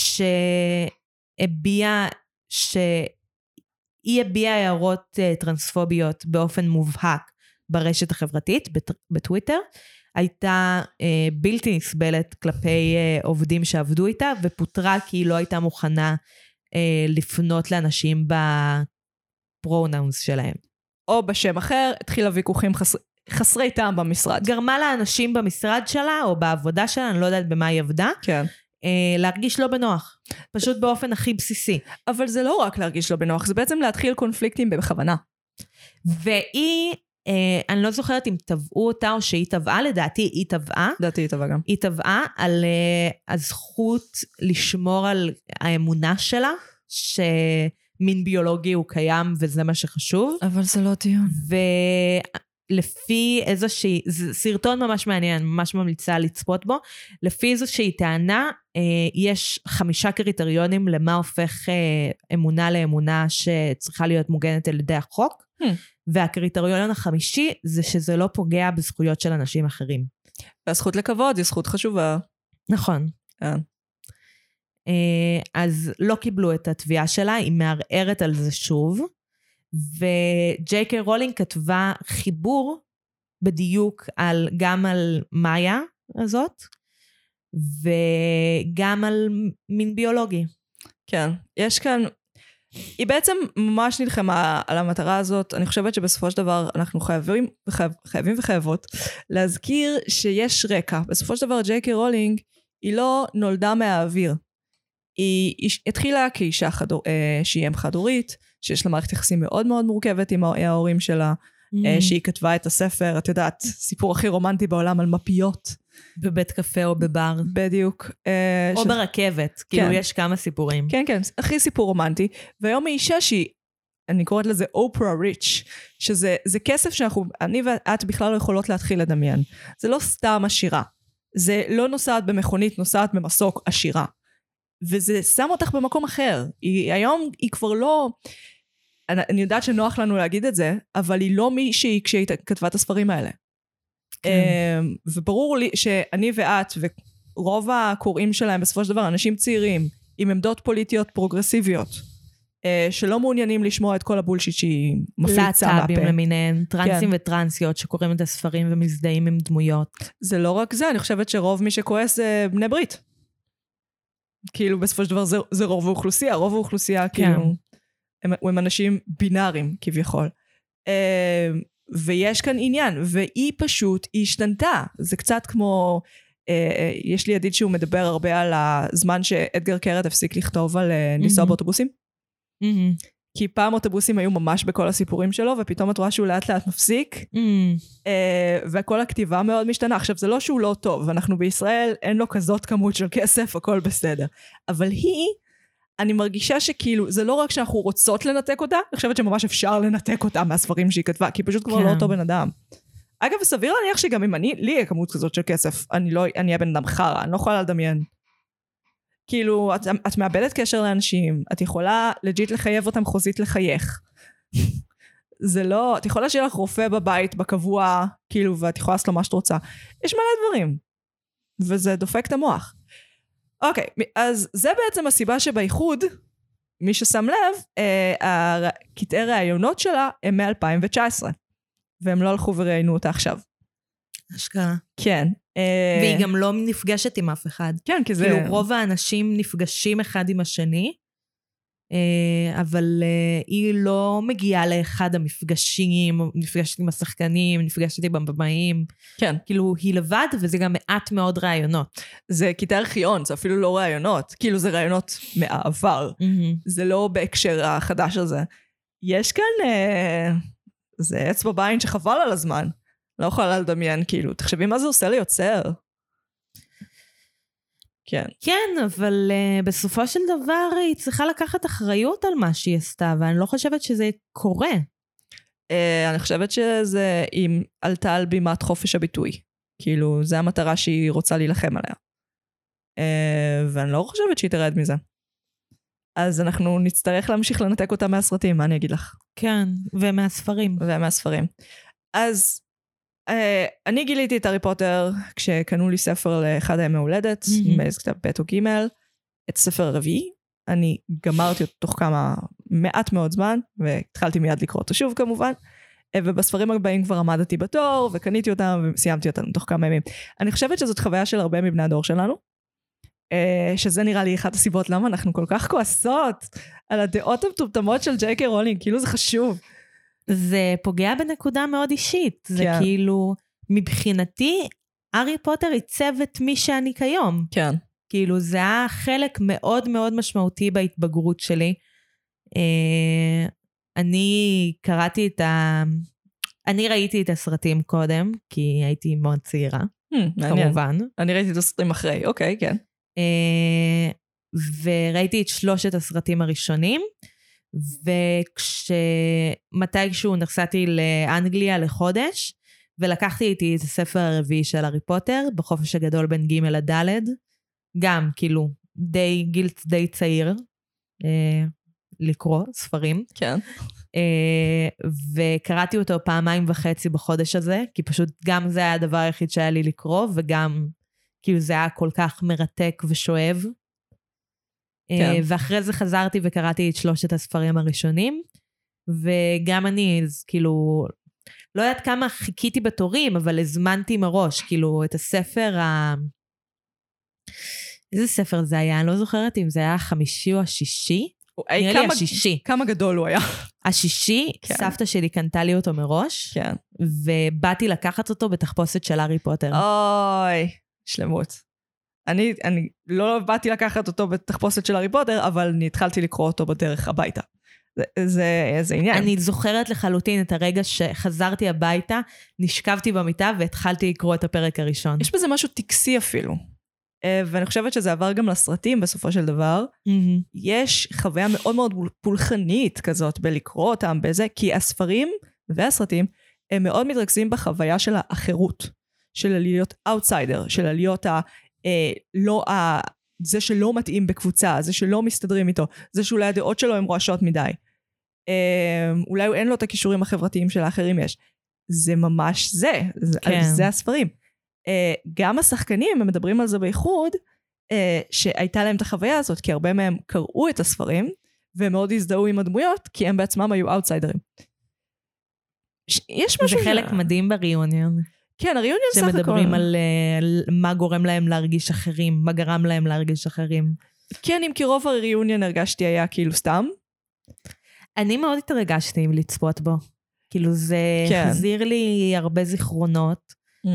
היא הביעה הערות טרנספוביות באופן מובהק ברשת החברתית, בטוויטר, הייתה בלתי נסבלת כלפי עובדים שעבדו איתה, ופוטרה כי היא לא הייתה מוכנה לפנות לאנשים בפרונאונס שלהם. או בשם אחר, התחילה ויכוחים חסרי טעם במשרד. גרמה לאנשים במשרד שלה, או בעבודה שלה, אני לא יודעת במה היא עבדה, כן. להרגיש לא בנוח. פשוט באופן הכי בסיסי. אבל זה לא רק להרגיש לא בנוח, זה בעצם להתחיל קונפליקטים בכוונה. והיא, אני לא זוכרת אם תבעו אותה או שהיא תבעה, לדעתי היא תבעה. לדעתי היא תבעה גם. היא תבעה על הזכות לשמור על האמונה שלה, שמין ביולוגי הוא קיים וזה מה שחשוב. אבל זה לא דיון. לפי איזושהי, זה סרטון ממש מעניין, ממש ממליצה לצפות בו, לפי איזושהי טענה, יש 5 קריטריונים למה הופך אמונה לאמונה שצריכה להיות מוגנת על ידי החוק, והקריטריון החמישי זה שזה לא פוגע בזכויות של אנשים אחרים. והזכות לכבוד היא זכות חשובה. נכון. אז לא קיבלו את התביעה שלה, היא מערערת על זה שוב, וג'יי.קיי רולינג כתבה חיבור בדיוק גם על מאיה הזאת, וגם על מין ביולוגי. כן, יש כאן, היא בעצם ממש נלחמה על המטרה הזאת. אני חושבת שבסופו של דבר אנחנו חייבים וחייבות להזכיר שיש רקע. בסופו של דבר ג'יי.קיי רולינג היא לא נולדה מהאוויר. היא התחילה כאישה שהיא אם חד-הורית, שיש לה מערכת יחסים מאוד מאוד מורכבת עם ההורים שלה, שהיא כתבה את הספר, את יודעת, סיפור הכי רומנטי בעולם על מפיות. בבית קפה או בבר. בדיוק. או ברכבת, כאילו יש כמה סיפורים. כן, כן, הכי סיפור רומנטי. והיום היא אישה אני קוראת לזה אופרה ריץ', שזה כסף אני ואת בכלל לא יכולות להתחיל לדמיין. זה לא סתם עשירה. זה לא נוסעת במכונית, נוסעת במסוק עשירה. וזה שם אותך במקום אחר. היום היא כבר לא, אני יודעת שנוח לנו להגיד את זה, אבל היא לא מישהי כשהיא כתבה את הספרים האלה. וברור לי שאני ואת ורוב הקוראים שלהם בסופו של דבר אנשים צעירים עם עמדות פוליטיות פרוגרסיביות שלא מעוניינים לשמוע את כל הבולשיט שהיא מפיצה מהפה. להט"בים למיניהם, טרנסים וטרנסיות שקוראים את הספרים ומזדהים עם דמויות. זה לא רק זה, אני חושבת שרוב מי שכועס זה בני ברית. כאילו בסופו של דבר זה רוב האוכלוסייה, רוב האוכלוסייה כאילו הם אנשים בינאריים כביכול. ויש כאן עניין, והיא פשוט השתנתה. זה קצת כמו, יש לי ידיד שהוא מדבר הרבה על הזמן שאדגר קרת הפסיק לכתוב על ניסוע באוטובוסים. כי פעם אוטובוסים היו ממש בכל הסיפורים שלו, ופתאום את רואה שהוא לאט לאט מפסיק, וכל הכתיבה מאוד משתנה. עכשיו, זה לא שהוא לא טוב, אנחנו בישראל, אין לו כזאת כמות של כסף, הכל בסדר. אבל אני מרגישה שכאילו, זה לא רק שאנחנו רוצות לנתק אותה, אני חושבת שממש אפשר לנתק אותה מהספרים שהיא כתבה, כי פשוט כבר לא אותו בן אדם. אגב, סביר להניח שגם אם לי יהיה כמות כזאת של כסף, אני אהיה בן אדם חרה, אני לא יכולה לדמיין. כאילו, את מאבדת קשר לאנשים, את יכולה לג'יט לחייב אותם חוזית לחייך. זה לא, את יכולה שיהיה לך רופא בבית, בקבוע, כאילו, ואת יכולה לעשות לו מה שאת רוצה. יש מלא דברים. וזה דופק את המוח. אוקיי, אז זה בעצם הסיבה שבייחוד, מי ששם לב, קטעי ראיונות שלה הם מ-2019. והם לא הלכו וראיינו אותה עכשיו. אשכרה. כן. והיא גם לא נפגשת עם אף אחד. כן, כי זה... כאילו רוב האנשים נפגשים אחד עם השני, אבל היא לא מגיעה לאחד המפגשים, נפגשת עם השחקנים, נפגשת עם הבמאים. כן. כאילו, היא לבד, וזה גם מעט מאוד רעיונות. זה כיתה ארכיון, זה אפילו לא רעיונות. כאילו, זה רעיונות מהעבר. זה לא בהקשר החדש הזה. יש כאן, זה אצבע בעין שחבל על הזמן. לא יכולה לדמיין, כאילו, תחשבי מה זה עושה ליוצר. כן. כן, אבל בסופו של דבר היא צריכה לקחת אחריות על מה שהיא עשתה, ואני לא חושבת שזה קורה. אני חושבת שזה, היא עלתה על בימת חופש הביטוי. כאילו, זה המטרה שהיא רוצה להילחם עליה. ואני לא חושבת שהיא תרד מזה. אז אנחנו נצטרך להמשיך לנתק אותה מהסרטים, מה אני אגיד לך? כן, ומהספרים. אז אני גיליתי את הארי פוטר כשקנו לי ספר לאחד הימי הולדת, מאיזה כתב ב' או ג', את הספר הרביעי. אני גמרתי אותו תוך מעט מאוד זמן, והתחלתי מיד לקרוא אותו שוב כמובן, ובספרים הבאים כבר עמדתי בתור, וקניתי אותם וסיימתי אותם תוך כמה ימים. אני חושבת שזאת חוויה של הרבה מבני הדור שלנו, שזה נראה לי אחת הסיבות למה אנחנו כל כך כועסות על הדעות המטומטמות של ג'יי קיי רולינג, כאילו זה חשוב. זה פוגע בנקודה מאוד אישית, זה כאילו, מבחינתי, הארי פוטר עיצב את מי שאני כיום. כן. כאילו, זה היה חלק מאוד מאוד משמעותי בהתבגרות שלי. אני קראתי אני ראיתי את הסרטים קודם, כי הייתי מאוד צעירה, כמובן. אני ראיתי את הסרטים אחרי, אוקיי, כן. וראיתי את 3 הסרטים הראשונים, וכשמתישהו נסעתי לאנגליה לחודש, ולקחתי איתי את הספר הרביעי של הארי פוטר, בחופש הגדול בין ג' עד ד', גם כאילו גיל די צעיר, לקרוא ספרים. כן. וקראתי אותו 2.5 בחודש הזה, כי פשוט גם זה היה הדבר היחיד שהיה לי לקרוא, וגם כאילו זה היה כל כך מרתק ושואב. כן. ואחרי זה חזרתי וקראתי את 3 הספרים הראשונים, וגם אני, כאילו, לא יודעת כמה חיכיתי בתורים, אבל הזמנתי מראש, כאילו, את הספר איזה ספר זה היה? אני לא זוכרת אם זה היה 5 או 6. נראה לי 6. כמה גדול הוא היה. 6, כן. סבתא שלי קנתה לי אותו מראש, כן. ובאתי לקחת אותו בתחפושת של הארי פוטר. אוי, שלמות. אני לא באתי לקחת אותו בתחפושת של הארי פוטר, אבל אני התחלתי לקרוא אותו בדרך הביתה. זה עניין. אני זוכרת לחלוטין את הרגע שחזרתי הביתה, נשכבתי במיטה והתחלתי לקרוא את הפרק הראשון. יש בזה משהו טקסי אפילו. ואני חושבת שזה עבר גם לסרטים בסופו של דבר. יש חוויה מאוד מאוד פולחנית כזאת בלקרוא אותם בזה, כי הספרים והסרטים הם מאוד מתרכזים בחוויה של האחרות, של להיות אאוטסיידר, של להיות זה שלא מתאים בקבוצה, זה שלא מסתדרים איתו, זה שאולי הדעות שלו הן רועשות מדי. אולי אין לו את הכישורים החברתיים של האחרים יש. זה ממש זה, כן. זה הספרים. גם השחקנים, הם מדברים על זה בייחוד, שהייתה להם את החוויה הזאת, כי הרבה מהם קראו את הספרים, והם מאוד הזדהו עם הדמויות, כי הם בעצמם היו אאוטסיידרים. יש משהו... זה חלק מדהים בריאוניון. כן, הריאוניון סך הכל. שמדברים על מה גורם להם להרגיש אחרים, מה גרם להם להרגיש אחרים. כן, אם כי רוב הריאוניון הרגשתי היה כאילו סתם. אני מאוד התרגשתי עם לצפות בו. כאילו זה החזיר לי הרבה זיכרונות.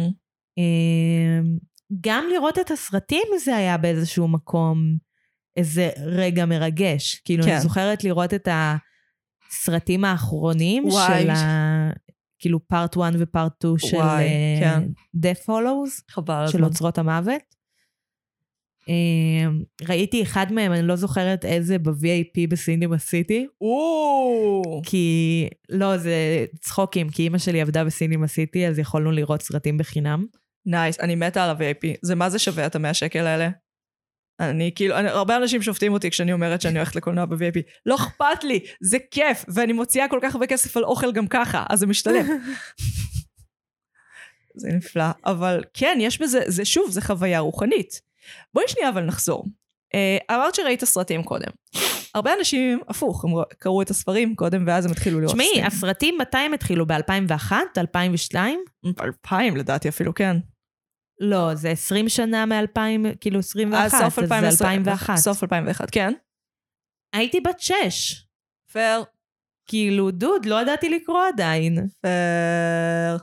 גם לראות את הסרטים זה היה באיזשהו מקום איזה רגע מרגש. כאילו אני זוכרת לראות את הסרטים האחרונים של כאילו פארט 1 ופארט 2 של Death Follows, של אוצרות המוות. ראיתי אחד מהם, אני לא זוכרת איזה ב-VIP בסינמה סיטי. כי, לא, זה צחוקים, כי אמא שלי עבדה בסינמה סיטי, אז יכולנו לראות סרטים בחינם. נייס, אני מתה על ה-VIP. זה מה זה שווה את ה100 שקל האלה? אני כאילו, הרבה אנשים שופטים אותי כשאני אומרת שאני הולכת לקולנוע ב-VIP. לא אכפת לי, זה כיף, ואני מוציאה כל כך הרבה כסף על אוכל גם ככה, אז זה משתלם. זה נפלא, אבל כן, יש בזה, זה שוב, זה חוויה רוחנית. בואי שנייה אבל נחזור. אמרת שראית הסרטים קודם. הרבה אנשים, הפוך, הם קראו את הספרים קודם, ואז הם התחילו לראות. שמי, הסרטים מתי הם התחילו? ב-2001? 2002? 2000 לדעתי אפילו, כן. לא, זה 20 שנה מ-2000, כאילו 21, סוף 2001. סוף 2001, כן. הייתי בת 6. פייר. כאילו, דוד, לא ידעתי לקרוא עדיין. פייר.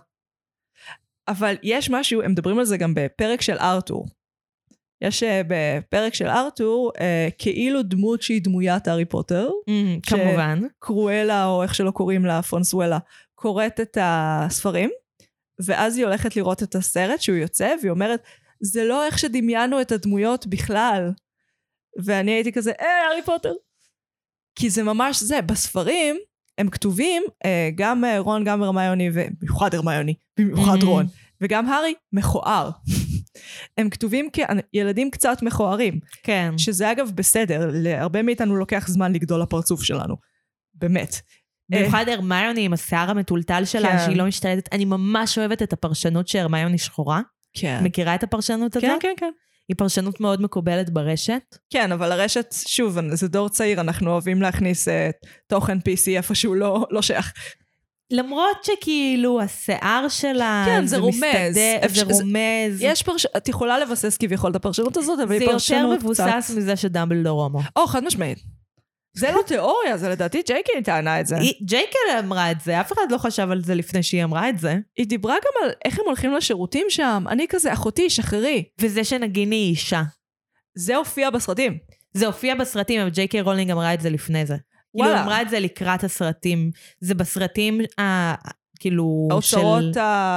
אבל יש משהו, הם מדברים על זה גם בפרק של ארתור. יש בפרק של ארתור, כאילו דמות שהיא דמוית הארי פוטר. כמובן. קרואלה, או איך שלא קוראים לה, פרנסואלה, קוראת את הספרים, ואז היא הולכת לראות את הסרט שהוא יוצא, והיא אומרת, זה לא איך שדמיינו את הדמויות בכלל. ואני הייתי כזה, הארי פוטר. כי זה ממש זה, בספרים, הם כתובים, גם רון, גם הרמיוני, ובמיוחד הרמיוני, במיוחד רון, וגם הארי, מכוער. הם כתובים כילדים קצת מכוערים. כן. שזה אגב בסדר, להרבה מאיתנו לוקח זמן לגדול לפרצוף שלנו. באמת. במיוחד הרמיוני עם השיער המטולטל שלה, כן. שהיא לא משתלטת. אני ממש אוהבת את הפרשנות שהרמיוני שחורה. כן. מכירה את הפרשנות הזאת? כן, כן, כן. היא פרשנות מאוד מקובלת ברשת. כן, אבל הרשת, שוב, זה דור צעיר, אנחנו אוהבים להכניס תוכן PC איפה שהוא לא שייך. למרות שכאילו השיער שלה, כן, זה רומז. זה רומז. את יכולה לבסס כביכול את הפרשנות הזאת, אבל היא פרשנות קצת. זה יותר מבוסס מזה שדמבלדור הומו. חד משמעית. זה לא תיאוריה, זה לדעתי ג'יי.קיי טענה את זה. ג'יי.קיי אמרה את זה, אף אחד לא חשב על זה לפני שהיא אמרה את זה. היא דיברה גם על איך הם הולכים לשירותים שם, אני כזה, אחותי, שחררי. וזה שנגיני היא אישה. זה הופיע בסרטים. זה הופיע בסרטים, אבל ג'יי.קיי רולינג אמרה את זה לפני זה. כאילו אמרה את זה לקראת הסרטים, זה בסרטים, כאילו, האוצרות,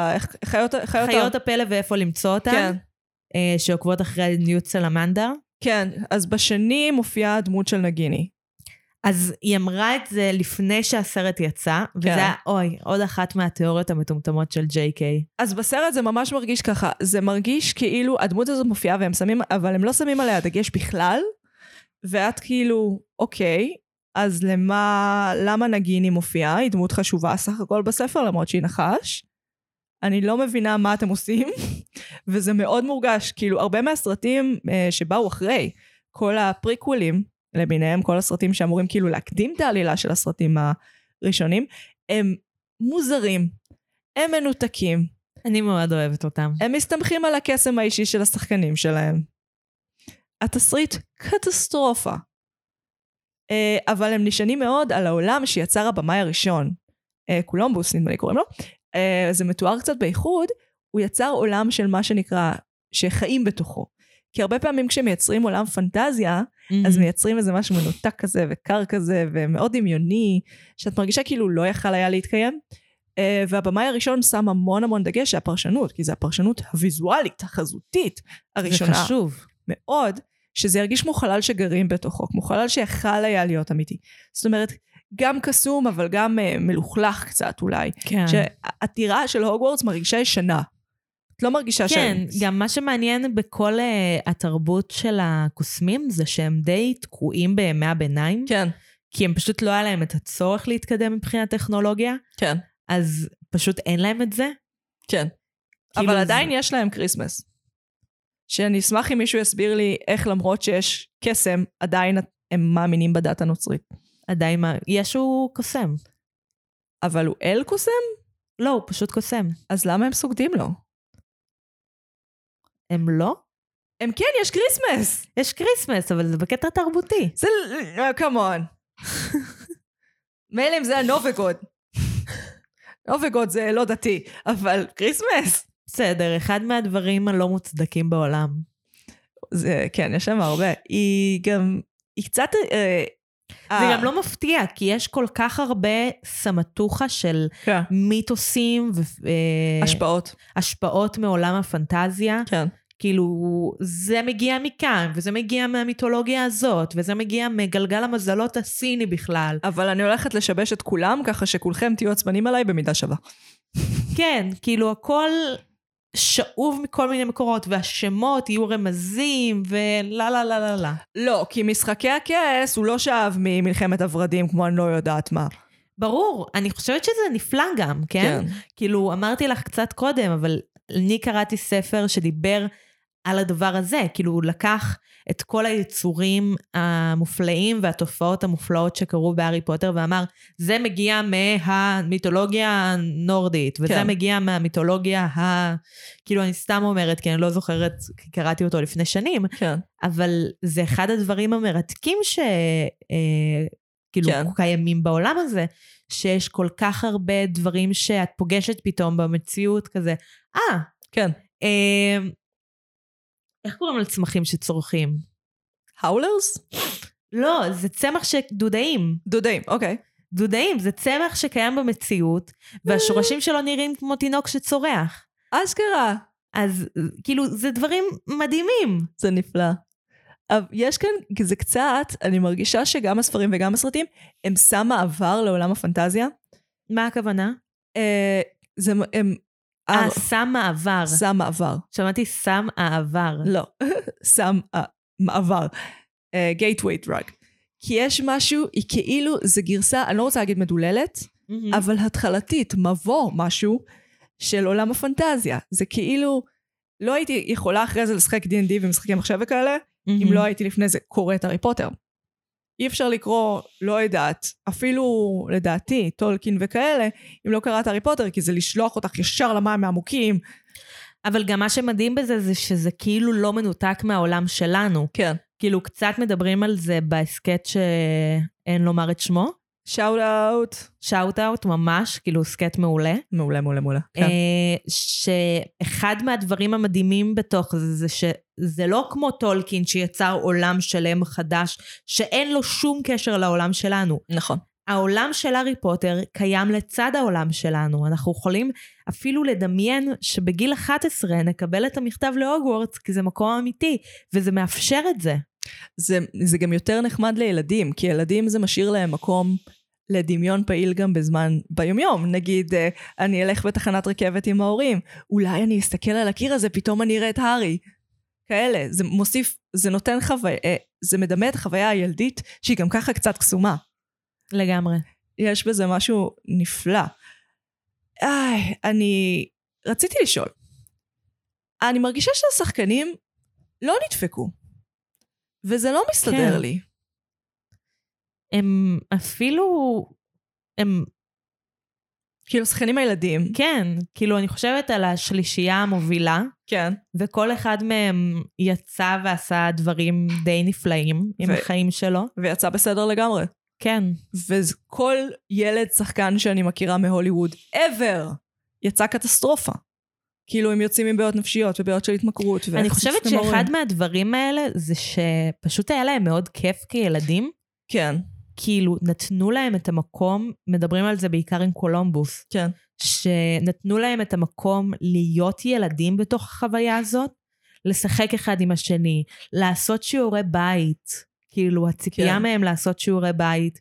חיות הפלא ואיפה למצוא אותן, שעוקבות אחרי ניוט סלמנדר. כן, אז בשני מופיעה הדמות של נגיני. אז היא אמרה את זה לפני שהסרט יצא, וזה היה, עוד אחת מהתיאוריות המטומטמות של ג'יי.קיי. אז בסרט זה ממש מרגיש ככה, זה מרגיש כאילו הדמות הזאת מופיעה והם שמים, אבל הם לא שמים עליה דגש בכלל, ואת כאילו, אוקיי, אז למה נגיני מופיעה? היא דמות חשובה סך הכל בספר, למרות שהיא נחש. אני לא מבינה מה אתם עושים, וזה מאוד מורגש, כאילו הרבה מהסרטים שבאו אחרי, כל הפריקוולים, לביניהם כל הסרטים שאמורים כאילו להקדים את העלילה של הסרטים הראשונים, הם מוזרים, הם מנותקים. אני מאוד אוהבת אותם. הם מסתמכים על הקסם האישי של השחקנים שלהם. התסריט קטסטרופה. אבל הם נשענים מאוד על העולם שיצר הבמאי הראשון. קולומבוס, נדמה לי קוראים לו. זה מתואר קצת בייחוד, הוא יצר עולם של מה שנקרא, שחיים בתוכו. כי הרבה פעמים כשמייצרים עולם פנטזיה, אז מייצרים איזה משהו מנותק כזה וקר כזה, ומאוד דמיוני, שאת מרגישה כאילו לא יכל היה להתקיים. והבמאי הראשון שם המון דגש שהפרשנות, כי זה הפרשנות הוויזואלית, החזותית הראשונה. זה חשוב. מאוד, שזה ירגיש כמו חלל שגרים בתוכו, כמו חלל שיכל היה להיות אמיתי. זאת אומרת, גם קסום, אבל גם מלוכלך קצת אולי. כן. שהטירה של הוגוורטס מרגישה ישנה. את לא מרגישה כן, גם מה שמעניין בכל התרבות של הקוסמים, זה שהם די תקועים בימי הביניים. כן. כי הם פשוט לא היה להם את הצורך להתקדם מבחינת טכנולוגיה. כן. אז פשוט אין להם את זה. כן. אבל עדיין יש להם קריסמס. שאני אשמח אם מישהו יסביר לי איך למרות שיש קסם, עדיין הם מאמינים בדת הנוצרית. עדיין, ישו קוסם. אבל הוא אל קוסם? לא, הוא פשוט קוסם. אז למה הם סוגדים לו? הם לא? הם כן, יש קריסמס. יש קריסמס, אבל זה בקטע תרבותי. זה, כמון. מילא אם זה הנובגוד. נובגוד זה לא דתי, אבל קריסמס. בסדר, אחד מהדברים הלא מוצדקים בעולם. זה, כן, יש שם הרבה. היא קצת... זה גם לא מפתיע, כי יש כל כך הרבה סמטוחה של מיתוסים השפעות מעולם הפנטזיה. כן. כאילו, זה מגיע מכאן, וזה מגיע מהמיתולוגיה הזאת, וזה מגיע מגלגל המזלות הסיני בכלל. אבל אני הולכת לשבש את כולם, ככה שכולכם תהיו עצבנים עליי במידה שווה. כן, כאילו הכל שאוב מכל מיני מקורות, והשמות יהיו רמזים, ולא, לא, לא, לא, לא. לא, כי משחקי הכס הוא לא שאב ממלחמת הורדים, כמו אני לא יודעת מה. ברור, אני חושבת שזה נפלא גם, כן? כאילו, אמרתי לך קצת קודם, אבל אני קראתי ספר שדיבר על הדבר הזה, כאילו הוא לקח את כל היצורים המופלאים והתופעות המופלאות שקרו בהארי פוטר, ואמר, זה מגיע מהמיתולוגיה הנורדית, וזה כן. מגיע מהמיתולוגיה כאילו אני סתם אומרת, כי אני לא זוכרת, כי קראתי אותו לפני שנים, כן. אבל זה אחד הדברים המרתקים כאילו כן. קיימים בעולם הזה, שיש כל כך הרבה דברים שאת פוגשת פתאום במציאות כזה, כן. איך קוראים לצמחים שצורכים? האולרס? לא, זה צמח דודאים. דודאים, אוקיי. דודאים, זה צמח שקיים במציאות, והשורשים שלו נראים כמו תינוק שצורח. אשכרה. אז כאילו, זה דברים מדהימים. זה נפלא. אבל יש כאן, זה קצת, אני מרגישה שגם הספרים וגם הסרטים, הם שם מעבר לעולם הפנטזיה. מה הכוונה? שם מעבר. שם מעבר. שמעתי שם העבר. לא, שם מעבר. gateway drug. כי יש משהו, היא כאילו, זה גרסה, אני לא רוצה להגיד מדוללת, אבל התחלתית, מבוא משהו של עולם הפנטזיה. זה כאילו, לא הייתי יכולה אחרי זה לשחק D&D ומשחקי מחשב וכאלה, אם לא הייתי לפני זה קורא את הארי פוטר. אי אפשר לקרוא, לא יודעת, אפילו לדעתי, טולקין וכאלה, אם לא קראת הארי פוטר, כי זה לשלוח אותך ישר למים העמוקים. אבל גם מה שמדהים בזה, זה שזה כאילו לא מנותק מהעולם שלנו. כן. כאילו קצת מדברים על זה בהסקט שאין לומר את שמו. שאוט אאוט. שאוט אאוט, ממש, כאילו סקט מעולה. מעולה, מעולה, מעולה. כן. שאחד מהדברים המדהימים בתוך זה שזה לא כמו טולקין שיצר עולם שלם חדש, שאין לו שום קשר לעולם שלנו. נכון. העולם של הארי פוטר קיים לצד העולם שלנו. אנחנו יכולים אפילו לדמיין שבגיל 11 נקבל את המכתב להוגוורטס, כי זה מקום אמיתי, וזה מאפשר את זה. זה גם יותר נחמד לילדים, כי ילדים זה משאיר להם מקום לדמיון פעיל גם בזמן, ביומיום. נגיד, אני אלך בתחנת רכבת עם ההורים, אולי אני אסתכל על הקיר הזה, פתאום אני אראה את הארי. כאלה, זה מוסיף, זה נותן חוויה, זה מדמה את החוויה הילדית, שהיא גם ככה קצת קסומה. לגמרי. יש בזה משהו נפלא. אני רציתי לשאול. אני מרגישה שהשחקנים לא נדפקו. וזה לא מסתדר לי. הם אפילו, הם כאילו שחקנים הילדים. כן, כאילו אני חושבת על השלישייה המובילה. כן. וכל אחד מהם יצא ועשה דברים די נפלאים עם החיים שלו. ויצא בסדר לגמרי. כן. וכל ילד שחקן שאני מכירה מהוליווד, ever, יצא קטסטרופה. כאילו הם יוצאים עם בעיות נפשיות ובעיות של התמכרות. אני חושבת שאחד מהדברים האלה זה שפשוט היה להם מאוד כיף כילדים. כן. כאילו נתנו להם את המקום, מדברים על זה בעיקר עם קולומבוס. כן. שנתנו להם את המקום להיות ילדים בתוך החוויה הזאת, לשחק אחד עם השני, לעשות שיעורי בית. כאילו הציפייה מהם לעשות שיעורי בית,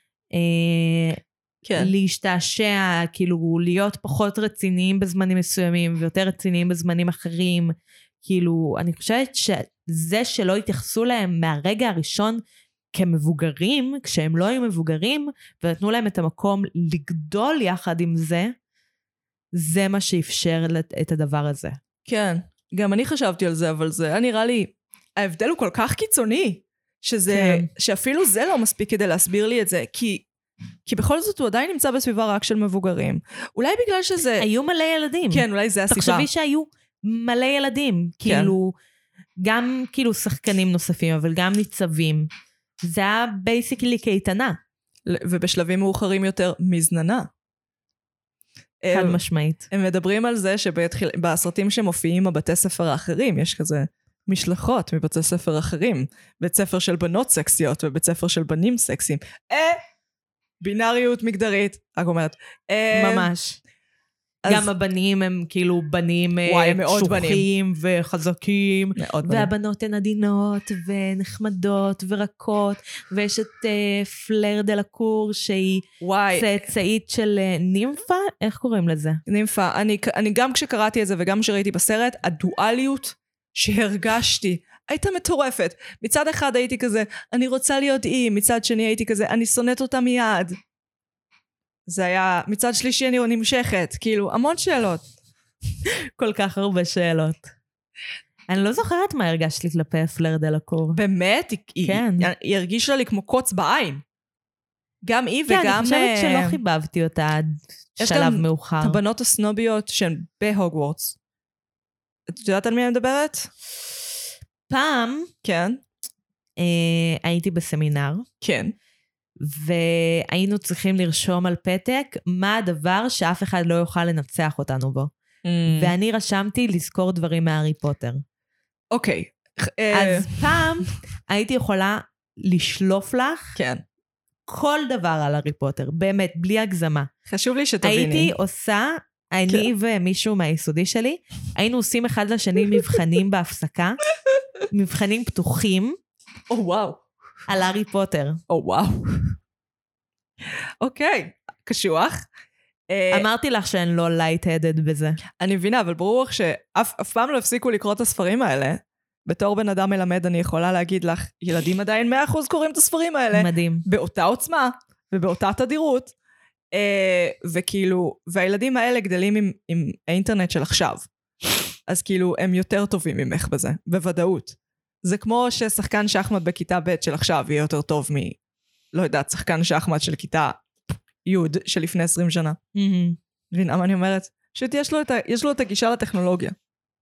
להשתעשע, כאילו להיות פחות רציניים בזמנים מסוימים, ויותר רציניים בזמנים אחרים, כאילו אני חושבת שזה שלא התייחסו להם מהרגע הראשון כמבוגרים, כשהם לא היו מבוגרים, ונתנו להם את המקום לגדול יחד עם זה, זה מה שאפשר את הדבר הזה. כן, גם אני חשבתי על זה, אבל זה נראה לי, ההבדל הוא כל כך קיצוני, שאפילו זה לא מספיק כדי להסביר לי את זה, כי בכל זאת הוא עדיין נמצא בסביבה רק של מבוגרים. אולי בגלל שזה... היו מלא ילדים. כן, אולי זה הסיבה. תחשבי שהיו מלא ילדים, כאילו, גם כאילו שחקנים נוספים, אבל גם ניצבים. זה היה בייסיקלי קייטנה. ובשלבים מאוחרים יותר מזננה. חד משמעית. הם מדברים על זה שבסרטים שמופיעים בבתי ספר האחרים, יש כזה... משלחות מבתי ספר אחרים, בית ספר של בנות סקסיות ובית ספר של בנים סקסיים. בינאריות מגדרית, רק אומרת. ממש. גם הבנים הם כאילו בנים שוחים וחזקים, והבנות הן עדינות ונחמדות ורכות, ויש את פלר דה לקור שהיא צאצאית של נימפה, איך קוראים לזה? נימפה, אני גם כשקראתי את זה וגם כשראיתי בסרט, הדואליות שהרגשתי הייתה מטורפת. מצד אחד הייתי כזה, אני רוצה להיות אי, מצד שני הייתי כזה, אני שונאת אותה מיד. זה היה, מצד שלישי אני נמשכת, כאילו, המון שאלות. כל כך הרבה שאלות. אני לא זוכרת מה הרגשת לי כלפי פלר דלקור. באמת? כן. היא הרגישה לי כמו קוץ בעין. גם היא כן, וגם... אני חושבת שלא חיבבתי אותה עד שלב מאוחר. יש גם את הבנות הסנוביות שהן בהוגוורטס. את יודעת על מי אני מדברת? פעם, כן. הייתי בסמינר. כן. והיינו צריכים לרשום על פתק מה הדבר שאף אחד לא יוכל לנצח אותנו בו. ואני רשמתי לזכור דברים מהארי פוטר. אוקיי. אז פעם הייתי יכולה לשלוף לך כן. כל דבר על הארי פוטר, באמת, בלי הגזמה. חשוב לי שתביני. הייתי עושה, אני ומישהו מהיסודי שלי, היינו עושים אחד לשני מבחנים בהפסקה, מבחנים פתוחים. וואו. על הארי פוטר. וואו. אוקיי, קשוח. אמרתי לך שהן לא light-headed בזה. אני מבינה, אבל ברור לך שאף פעם לא הפסיקו לקרוא את הספרים האלה. בתור בן אדם מלמד אני יכולה להגיד לך, ילדים עדיין 100% קוראים את הספרים האלה. מדהים. באותה עוצמה ובאותה תדירות. וכאילו, והילדים האלה גדלים עם האינטרנט של עכשיו. אז כאילו, הם יותר טובים ממך בזה, בוודאות. זה כמו ששחקן שחמט בכיתה ב' של עכשיו יהיה יותר טוב לא יודעת, שחקן שחמט של כיתה י' של לפני 20 שנה. מבינה מה אני אומרת? פשוט יש לו את הגישה לטכנולוגיה.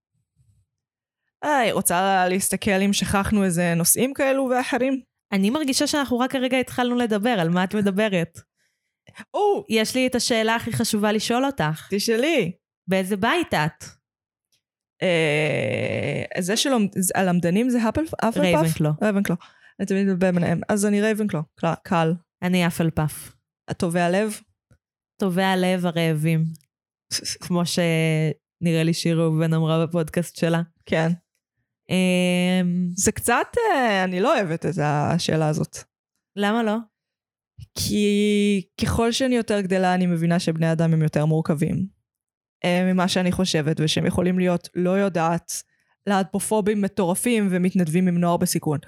רוצה להסתכל אם שכחנו איזה נושאים כאלו ואחרים? אני מרגישה שאנחנו רק הרגע התחלנו לדבר, על מה את מדברת? יש לי את השאלה הכי חשובה לשאול אותך. תשאלי. באיזה בית את? זה הלמדנים זה אפלפף? רייבנקלו. רייבנקלו. אני תמיד מדבר ביניהם. אז אני רייבנקלו. קל. אני אפלפף. טובי הלב? טובי הלב הרעבים. כמו שנראה לי שיר ראובן אמרה בפודקאסט שלה. כן. זה קצת, אני לא אוהבת את השאלה הזאת. למה לא? כי ככל שאני יותר גדלה, אני מבינה שבני אדם הם יותר מורכבים. ממה שאני חושבת, ושהם יכולים להיות לא יודעת, להטופובים מטורפים ומתנדבים עם נוער בסיכון.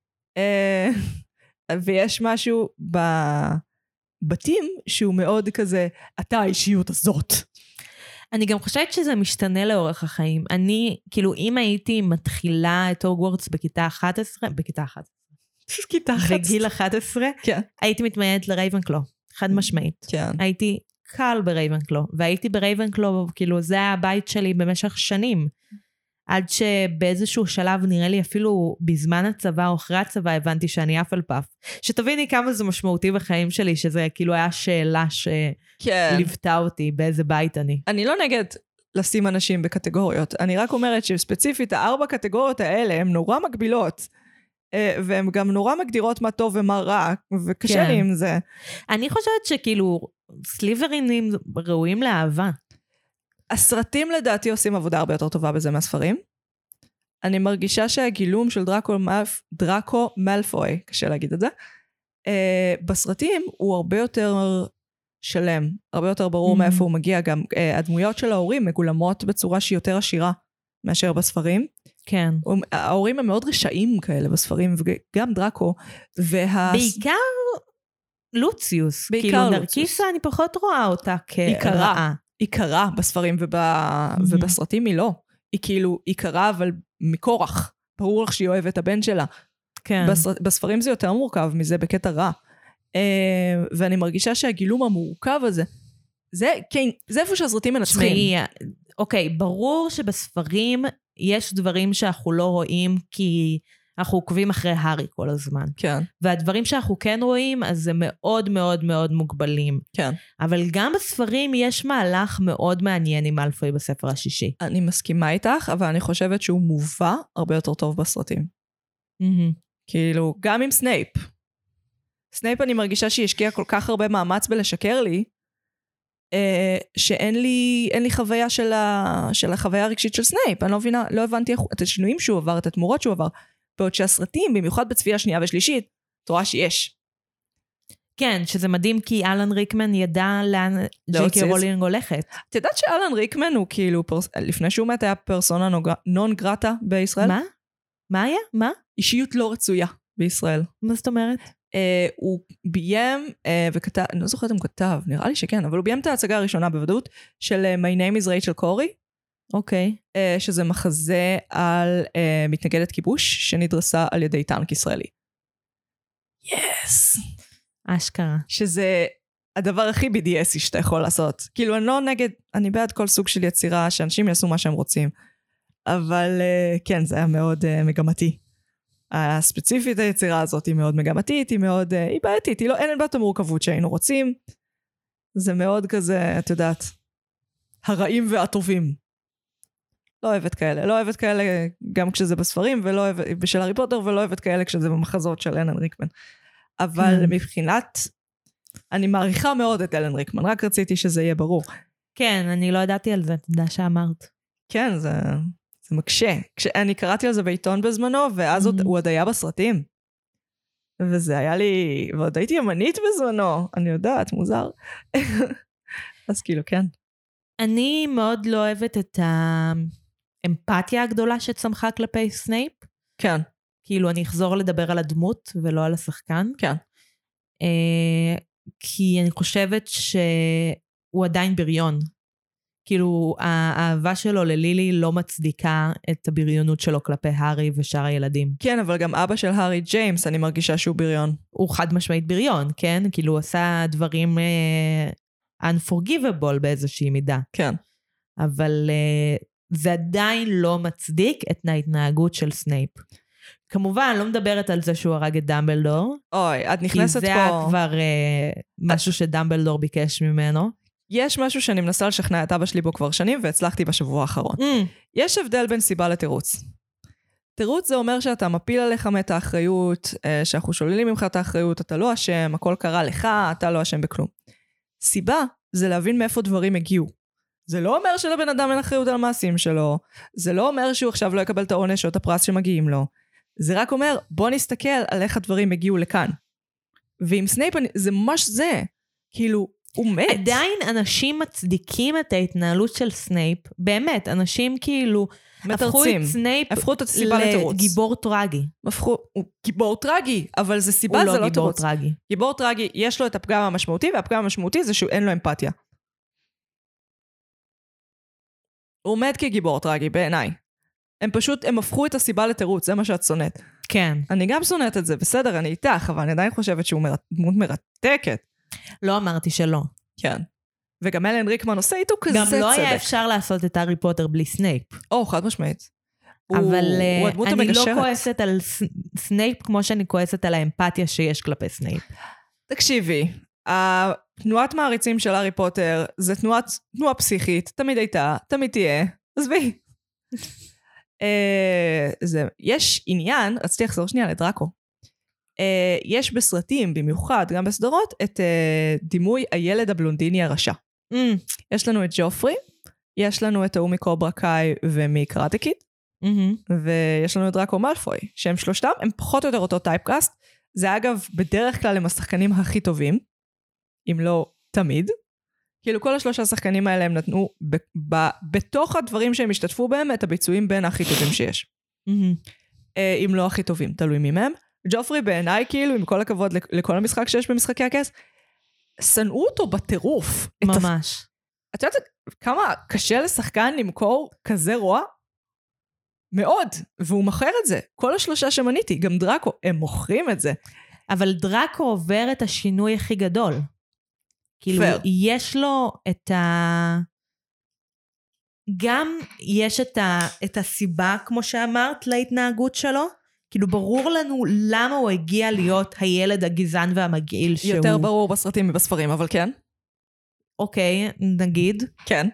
ויש משהו בבתים שהוא מאוד כזה, אתה האישיות הזאת. אני גם חושבת שזה משתנה לאורך החיים. אני, כאילו, אם הייתי מתחילה את הוגוורטס בכיתה 11, בגיל 11, כן. הייתי מתמיינת לרייבנקלו, חד משמעית. כן. הייתי קל ברייבנקלו, והייתי ברייבנקלו, כאילו, זה היה הבית שלי במשך שנים. עד שבאיזשהו שלב נראה לי אפילו בזמן הצבא או אחרי הצבא הבנתי שאני אפלפף. שתביני כמה זה משמעותי בחיים שלי, שזה כאילו היה שאלה שליוותה אותי באיזה בית אני. אני לא נגד לשים אנשים בקטגוריות, אני רק אומרת שספציפית 4 קטגוריות האלה הן נורא מגבילות, והן גם נורא מגדירות מה טוב ומה רע, וקשה לי עם זה. אני חושבת שכאילו סליברינים ראויים לאהבה. הסרטים לדעתי עושים עבודה הרבה יותר טובה בזה מהספרים. אני מרגישה שהגילום של דראקו מלפוי, קשה להגיד את זה, בסרטים הוא הרבה יותר שלם, הרבה יותר ברור מאיפה הוא מגיע, גם הדמויות של ההורים מגולמות בצורה שהיא יותר עשירה מאשר בספרים. כן. ההורים הם מאוד רשעים כאלה בספרים, וגם דראקו. בעיקר לוציוס. כאילו נרקיסה אני פחות רואה אותה כרעה. היא קרה בספרים ובסרטים היא לא. היא כאילו, היא קרה אבל מכורח. ברור לך שהיא אוהבת את הבן שלה. כן. בספרים זה יותר מורכב מזה בקטע רע. ואני מרגישה שהגילום המורכב הזה, זה איפה שהסרטים מנצחים. אוקיי, ברור שבספרים יש דברים שאנחנו לא רואים כי אנחנו עוקבים אחרי הארי כל הזמן. כן. והדברים שאנחנו כן רואים, אז זה מאוד מאוד מאוד מוגבלים. כן. אבל גם בספרים יש מהלך מאוד מעניין עם מאלפוי בספר השישי. אני מסכימה איתך, אבל אני חושבת שהוא מובא הרבה יותר טוב בסרטים. כאילו, גם עם סנייפ. סנייפ אני מרגישה שהשקיע כל כך הרבה מאמץ בלשקר לי, שאין לי חוויה של החוויה הרגשית של סנייפ. אני לא מבינה, לא הבנתי את השינויים שהוא עבר, את התמורות שהוא עבר. בעוד שהסרטים, במיוחד בצפייה שנייה ושלישית, תורה שיש. כן, שזה מדהים כי אלן ריקמן ידע לאן ג'יי.קיי רולינג הולכת. את יודעת שאלן ריקמן הוא כאילו, לפני שהוא מת היה פרסונה נון גרטה בישראל? מה? מה היה? מה? אישיות לא רצויה בישראל. מה זאת אומרת? הוא ביים וכתב, אני לא זוכרת אם הוא כתב, נראה לי שכן, אבל הוא ביים את ההצגה הראשונה בוודאות של My Name is Rachel Corey. אוקיי. שזה מחזה על מתנגדת כיבוש שנדרסה על ידי טנק ישראלי. יס! אשכרה. שזה הדבר הכי BDSי שאתה יכול לעשות. כאילו, אני לא נגד, אני בעד כל סוג של יצירה, שאנשים יעשו מה שהם רוצים. אבל כן, זה היה מאוד מגמתי. הספציפית היצירה הזאת היא מאוד מגמתית, היא מאוד, היא בעייתית, אין בה את המורכבות שהיינו רוצים. זה מאוד כזה, את יודעת, הרעים והטובים. לא אוהבת כאלה גם כשזה בספרים, בשל הארי פוטר, ולא אוהבת כאלה כשזה במחזות של אלן ריקמן. אבל מבחינת, אני מעריכה מאוד את אלן ריקמן, רק רציתי שזה יהיה ברור. כן, אני לא ידעתי על זה, תדע שאמרת. כן, זה מקשה. אני קראתי על זה בעיתון בזמנו, ואז הוא עוד היה בסרטים. וזה היה לי, ועוד הייתי ימנית בזמנו, אני יודעת, מוזר. אז כאילו, כן. אני מאוד לא אוהבת את האמפתיה הגדולה שצמחה כלפי סנייפ. כן. כאילו, אני אחזור לדבר על הדמות ולא על השחקן. כן. כי אני חושבת שהוא עדיין בריון. כאילו, האהבה שלו ללילי לא מצדיקה את הבריונות שלו כלפי הארי ושאר הילדים. כן, אבל גם אבא של הארי, ג'יימס, אני מרגישה שהוא בריון. הוא חד משמעית בריון, כן? כאילו, הוא עשה דברים unforgivable באיזושהי מידה. כן. אבל זה עדיין לא מצדיק את ההתנהגות של סנייפ. כמובן, אני לא מדברת על זה שהוא הרג את דמבלדור. אוי, את נכנסת פה... כי זה היה כבר משהו שדמבלדור ביקש ממנו. יש משהו שאני מנסה לשכנע את אבא שלי בו כבר שנים, והצלחתי בשבוע האחרון. יש הבדל בין סיבה לתירוץ. תירוץ זה אומר שאתה מפיל עליך את האחריות, שאנחנו שוללים ממך את האחריות, אתה לא אשם, הכל קרה לך, אתה לא אשם בכלום. סיבה זה להבין מאיפה דברים הגיעו. זה לא אומר שלבן אדם אין אחריות על המעשים שלו, זה לא אומר שהוא עכשיו לא יקבל את העונש או את הפרס שמגיעים לו, זה רק אומר, בוא נסתכל על איך הדברים הגיעו לכאן. ועם סנייפ זה ממש זה, כאילו, הוא מת. עדיין אנשים מצדיקים את ההתנהלות של סנייפ, באמת, אנשים כאילו, הפכו את סנייפ לגיבור טרגי. הוא גיבור טרגי, אבל זה סיבה, זה לא גיבור טרגי. גיבור טרגי, יש לו את הפגם המשמעותי, והפגם המשמעותי זה שאין לו אמפתיה. הוא מת כגיבור טרגי, בעיניי. הם הפכו את הסיבה לתירוץ, זה מה שאת שונאת. כן. אני גם שונאת את זה, בסדר, אני איתך, אבל אני עדיין חושבת שהוא דמות מרתקת. לא אמרתי שלא. כן. וגם אלן ריקמן עושה איתו כזה צדק. גם לא היה אפשר לעשות את הארי פוטר בלי סנייפ. חד משמעית. אבל אני לא כועסת על סנייפ כמו שאני כועסת על האמפתיה שיש כלפי סנייפ. תקשיבי, התנועת מעריצים של הארי פוטר זה תנועה פסיכית, תמיד הייתה, תמיד תהיה. עזבי. יש עניין, רציתי לחזור שנייה לדרקו. יש בסרטים, במיוחד, גם בסדרות, את דימוי הילד הבלונדיני הרשע. יש לנו את ג'ופרי, יש לנו את ההוא מקוברה קאי ומקראטה קיד, ויש לנו את דראקו מאלפוי, שהם שלושתם, הם פחות או יותר אותו טייפקאסט. זה אגב, בדרך כלל הם השחקנים הכי טובים, אם לא תמיד. כאילו כל השלושה השחקנים האלה הם נתנו בתוך הדברים שהם השתתפו בהם, את הביצועים בין הכי טובים שיש. אם לא הכי טובים, תלוי מי מהם. ג'ופרי בעיניי, כאילו, עם כל הכבוד לכל המשחק שיש במשחקי הכס, שנאו אותו בטירוף. ממש. את יודעת כמה קשה לשחקן למכור כזה רוע? מאוד. והוא מוכר את זה. כל השלושה שמניתי, גם דראקו, הם מוכרים את זה. אבל דראקו עובר את השינוי הכי גדול. כאילו, יש לו את גם יש את הסיבה, כמו שאמרת, להתנהגות שלו. כאילו, ברור לנו למה הוא הגיע להיות הילד הגזען והמגעיל שהוא... יותר ברור בסרטים מבספרים, אבל כן. אוקיי, נגיד. כן.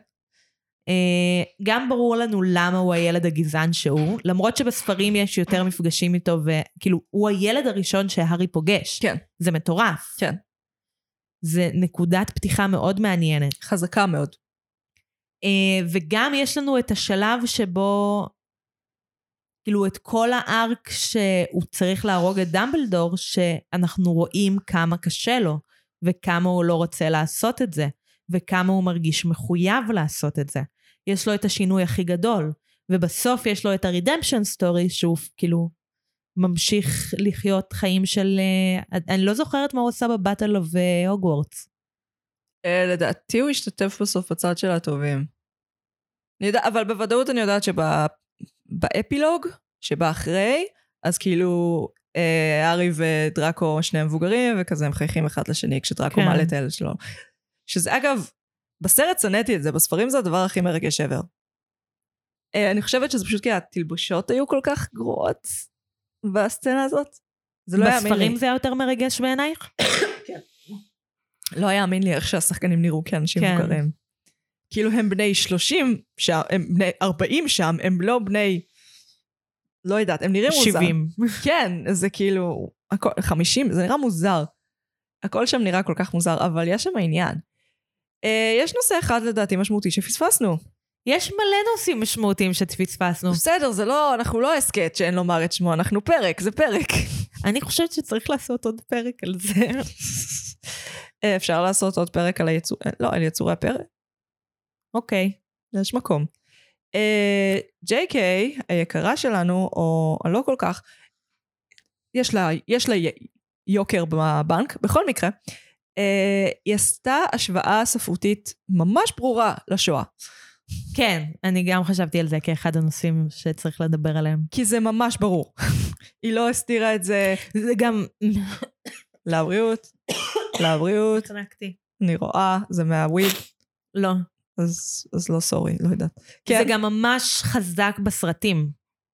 גם ברור לנו למה הוא הילד הגזען שהוא, למרות שבספרים יש יותר מפגשים איתו, וכאילו, הוא הילד הראשון שהארי פוגש. כן. זה מטורף. כן. זה נקודת פתיחה מאוד מעניינת. חזקה מאוד. וגם יש לנו את השלב שבו, כאילו את כל הארק שהוא צריך להרוג את דמבלדור, שאנחנו רואים כמה קשה לו, וכמה הוא לא רוצה לעשות את זה, וכמה הוא מרגיש מחויב לעשות את זה. יש לו את השינוי הכי גדול, ובסוף יש לו את הרידמפשן סטורי, שהוא כאילו ממשיך לחיות חיים של... אני לא זוכרת מה הוא עושה בבטל אוף הוגוורטס. לדעתי הוא השתתף בסוף בצד של הטובים. אבל בוודאות אני יודעת שבאפילוג, שבה אחרי, אז כאילו הארי ודרקו שני מבוגרים, וכזה הם חייכים אחד לשני, כשדרקו מעלה את הילד שלו. שזה אגב, בסרט שנאתי את זה, בספרים זה הדבר הכי מרגש ever. אני חושבת שזה פשוט כי התלבושות היו כל כך גרועות בסצנה הזאת. זה לא יאמין לי. בספרים זה היה יותר מרגש בעינייך? כן. לא יאמין לי איך שהשחקנים נראו כאנשים מוכרים. כאילו הם בני 30 שם, הם בני 40 שם, הם לא בני, לא יודעת, הם נראים מוזר. 70. כן, זה כאילו, 50, זה נראה מוזר. הכל שם נראה כל כך מוזר, אבל יש שם העניין. יש נושא אחד לדעתי משמעותי שפספסנו. יש מלא נושאים משמעותיים שפספסנו. בסדר, זה לא, אנחנו לא הסקט שאין לומר את שמו, אנחנו פרק, זה פרק. אני חושבת שצריך לעשות עוד פרק על זה. אפשר לעשות עוד פרק על על יצורי הפרק. אוקיי. יש מקום. JK, היקרה שלנו, או לא כל כך, יש לה יוקר בבנק, בכל מקרה, היא עשתה השוואה ספרותית ממש ברורה לשואה. כן, אני גם חשבתי על זה כאחד הנושאים שצריך לדבר עליהם. כי זה ממש ברור. היא לא הסתירה את זה. זה גם... לבריאות. חנקתי. אני רואה, זה מהוויד. לא. אז לא סורי, לא יודעת. זה גם ממש חזק בסרטים.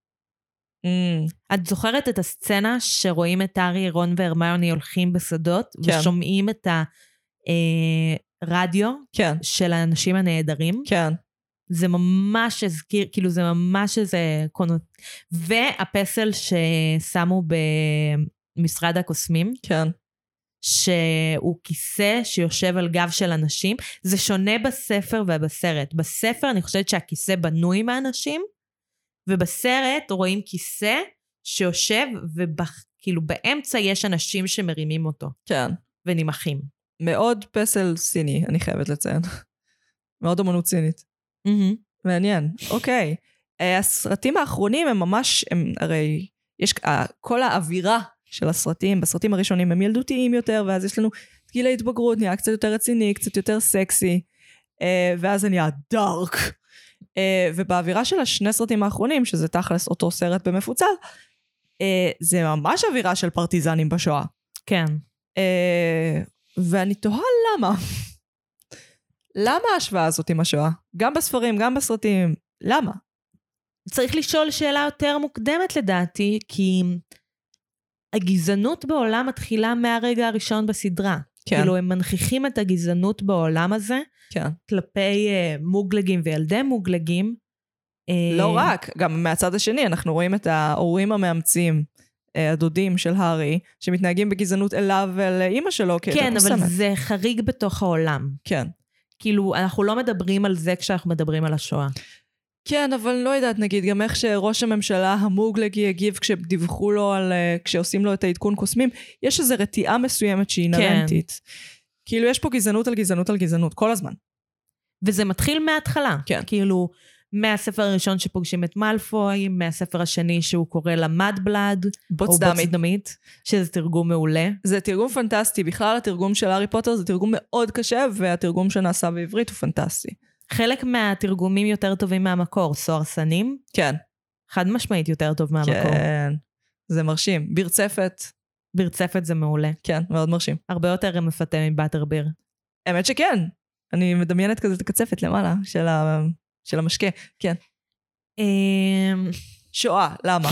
את זוכרת את הסצנה שרואים את הארי, רון והרמיוני הולכים בשדות, ושומעים את הרדיו של האנשים הנהדרים? כן. זה ממש הזכיר, כאילו זה ממש איזה קונות. והפסל ששמו במשרד הקוסמים, כן. שהוא כיסא שיושב על גב של אנשים, זה שונה בספר ובסרט. בספר אני חושבת שהכיסא בנוי מהאנשים, ובסרט רואים כיסא שיושב, וכאילו באמצע יש אנשים שמרימים אותו. כן. ונמחים. מאוד פסל סיני, אני חייבת לציין. מאוד אמנות סינית. מעניין, אוקיי. הסרטים האחרונים הם ממש, הרי יש כל האווירה של הסרטים, בסרטים הראשונים הם ילדותיים יותר, ואז יש לנו גיל ההתבגרות, נהיה קצת יותר רציני, קצת יותר סקסי, ואז זה נהיה דארק. ובאווירה של השני סרטים האחרונים, שזה תכלס אותו סרט במפוצל, זה ממש אווירה של פרטיזנים בשואה. כן. ואני תוהה למה. למה ההשוואה הזאת עם השואה? גם בספרים, גם בסרטים. למה? צריך לשאול שאלה יותר מוקדמת לדעתי, כי הגזענות בעולם מתחילה מהרגע הראשון בסדרה. כן. כאילו הם מנכיחים את הגזענות בעולם הזה, כן. כלפי מוגלגים וילדי מוגלגים. לא רק, גם מהצד השני, אנחנו רואים את ההורים המאמצים, הדודים של הארי, שמתנהגים בגזענות אליו ואל אמא שלו. כן, אבל זה חריג בתוך העולם. כן. כאילו, אנחנו לא מדברים על זה כשאנחנו מדברים על השואה. כן, אבל לא יודעת, נגיד, גם איך שראש הממשלה המוגלגי הגיב כשדיווחו לו על, כשעושים לו את העדכון קוסמים, יש איזו רתיעה מסוימת שהיא אינהרנטית. כאילו, יש פה גזענות על גזענות על גזענות, כל הזמן. וזה מתחיל מההתחלה. כן. כאילו, מהספר הראשון שפוגשים את מאלפוי, מהספר השני שהוא קורא לה מדבלד, בוצדמית, שזה תרגום מעולה. זה תרגום פנטסטי, בכלל התרגום של הארי פוטר זה תרגום מאוד קשה, והתרגום שנעשה בעברית הוא פנטסטי. חלק מהתרגומים יותר טובים מהמקור, סוהרסנים. כן. חד משמעית יותר טוב מהמקור. כן, זה מרשים. ברצפת. ברצפת זה מעולה. כן, מאוד מרשים. הרבה יותר מפתה מבטרביר. האמת שכן. אני מדמיינת כזה את הקצפת למעלה של המשקה. כן. שואה, למה?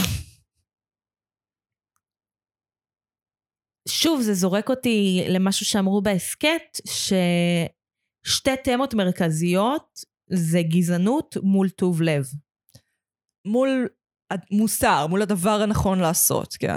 שוב, זה זורק אותי למשהו שאמרו בהסקט, ששתי תמות מרכזיות זה גזענות מול טוב לב. מול מוסר, מול הדבר הנכון לעשות, כן.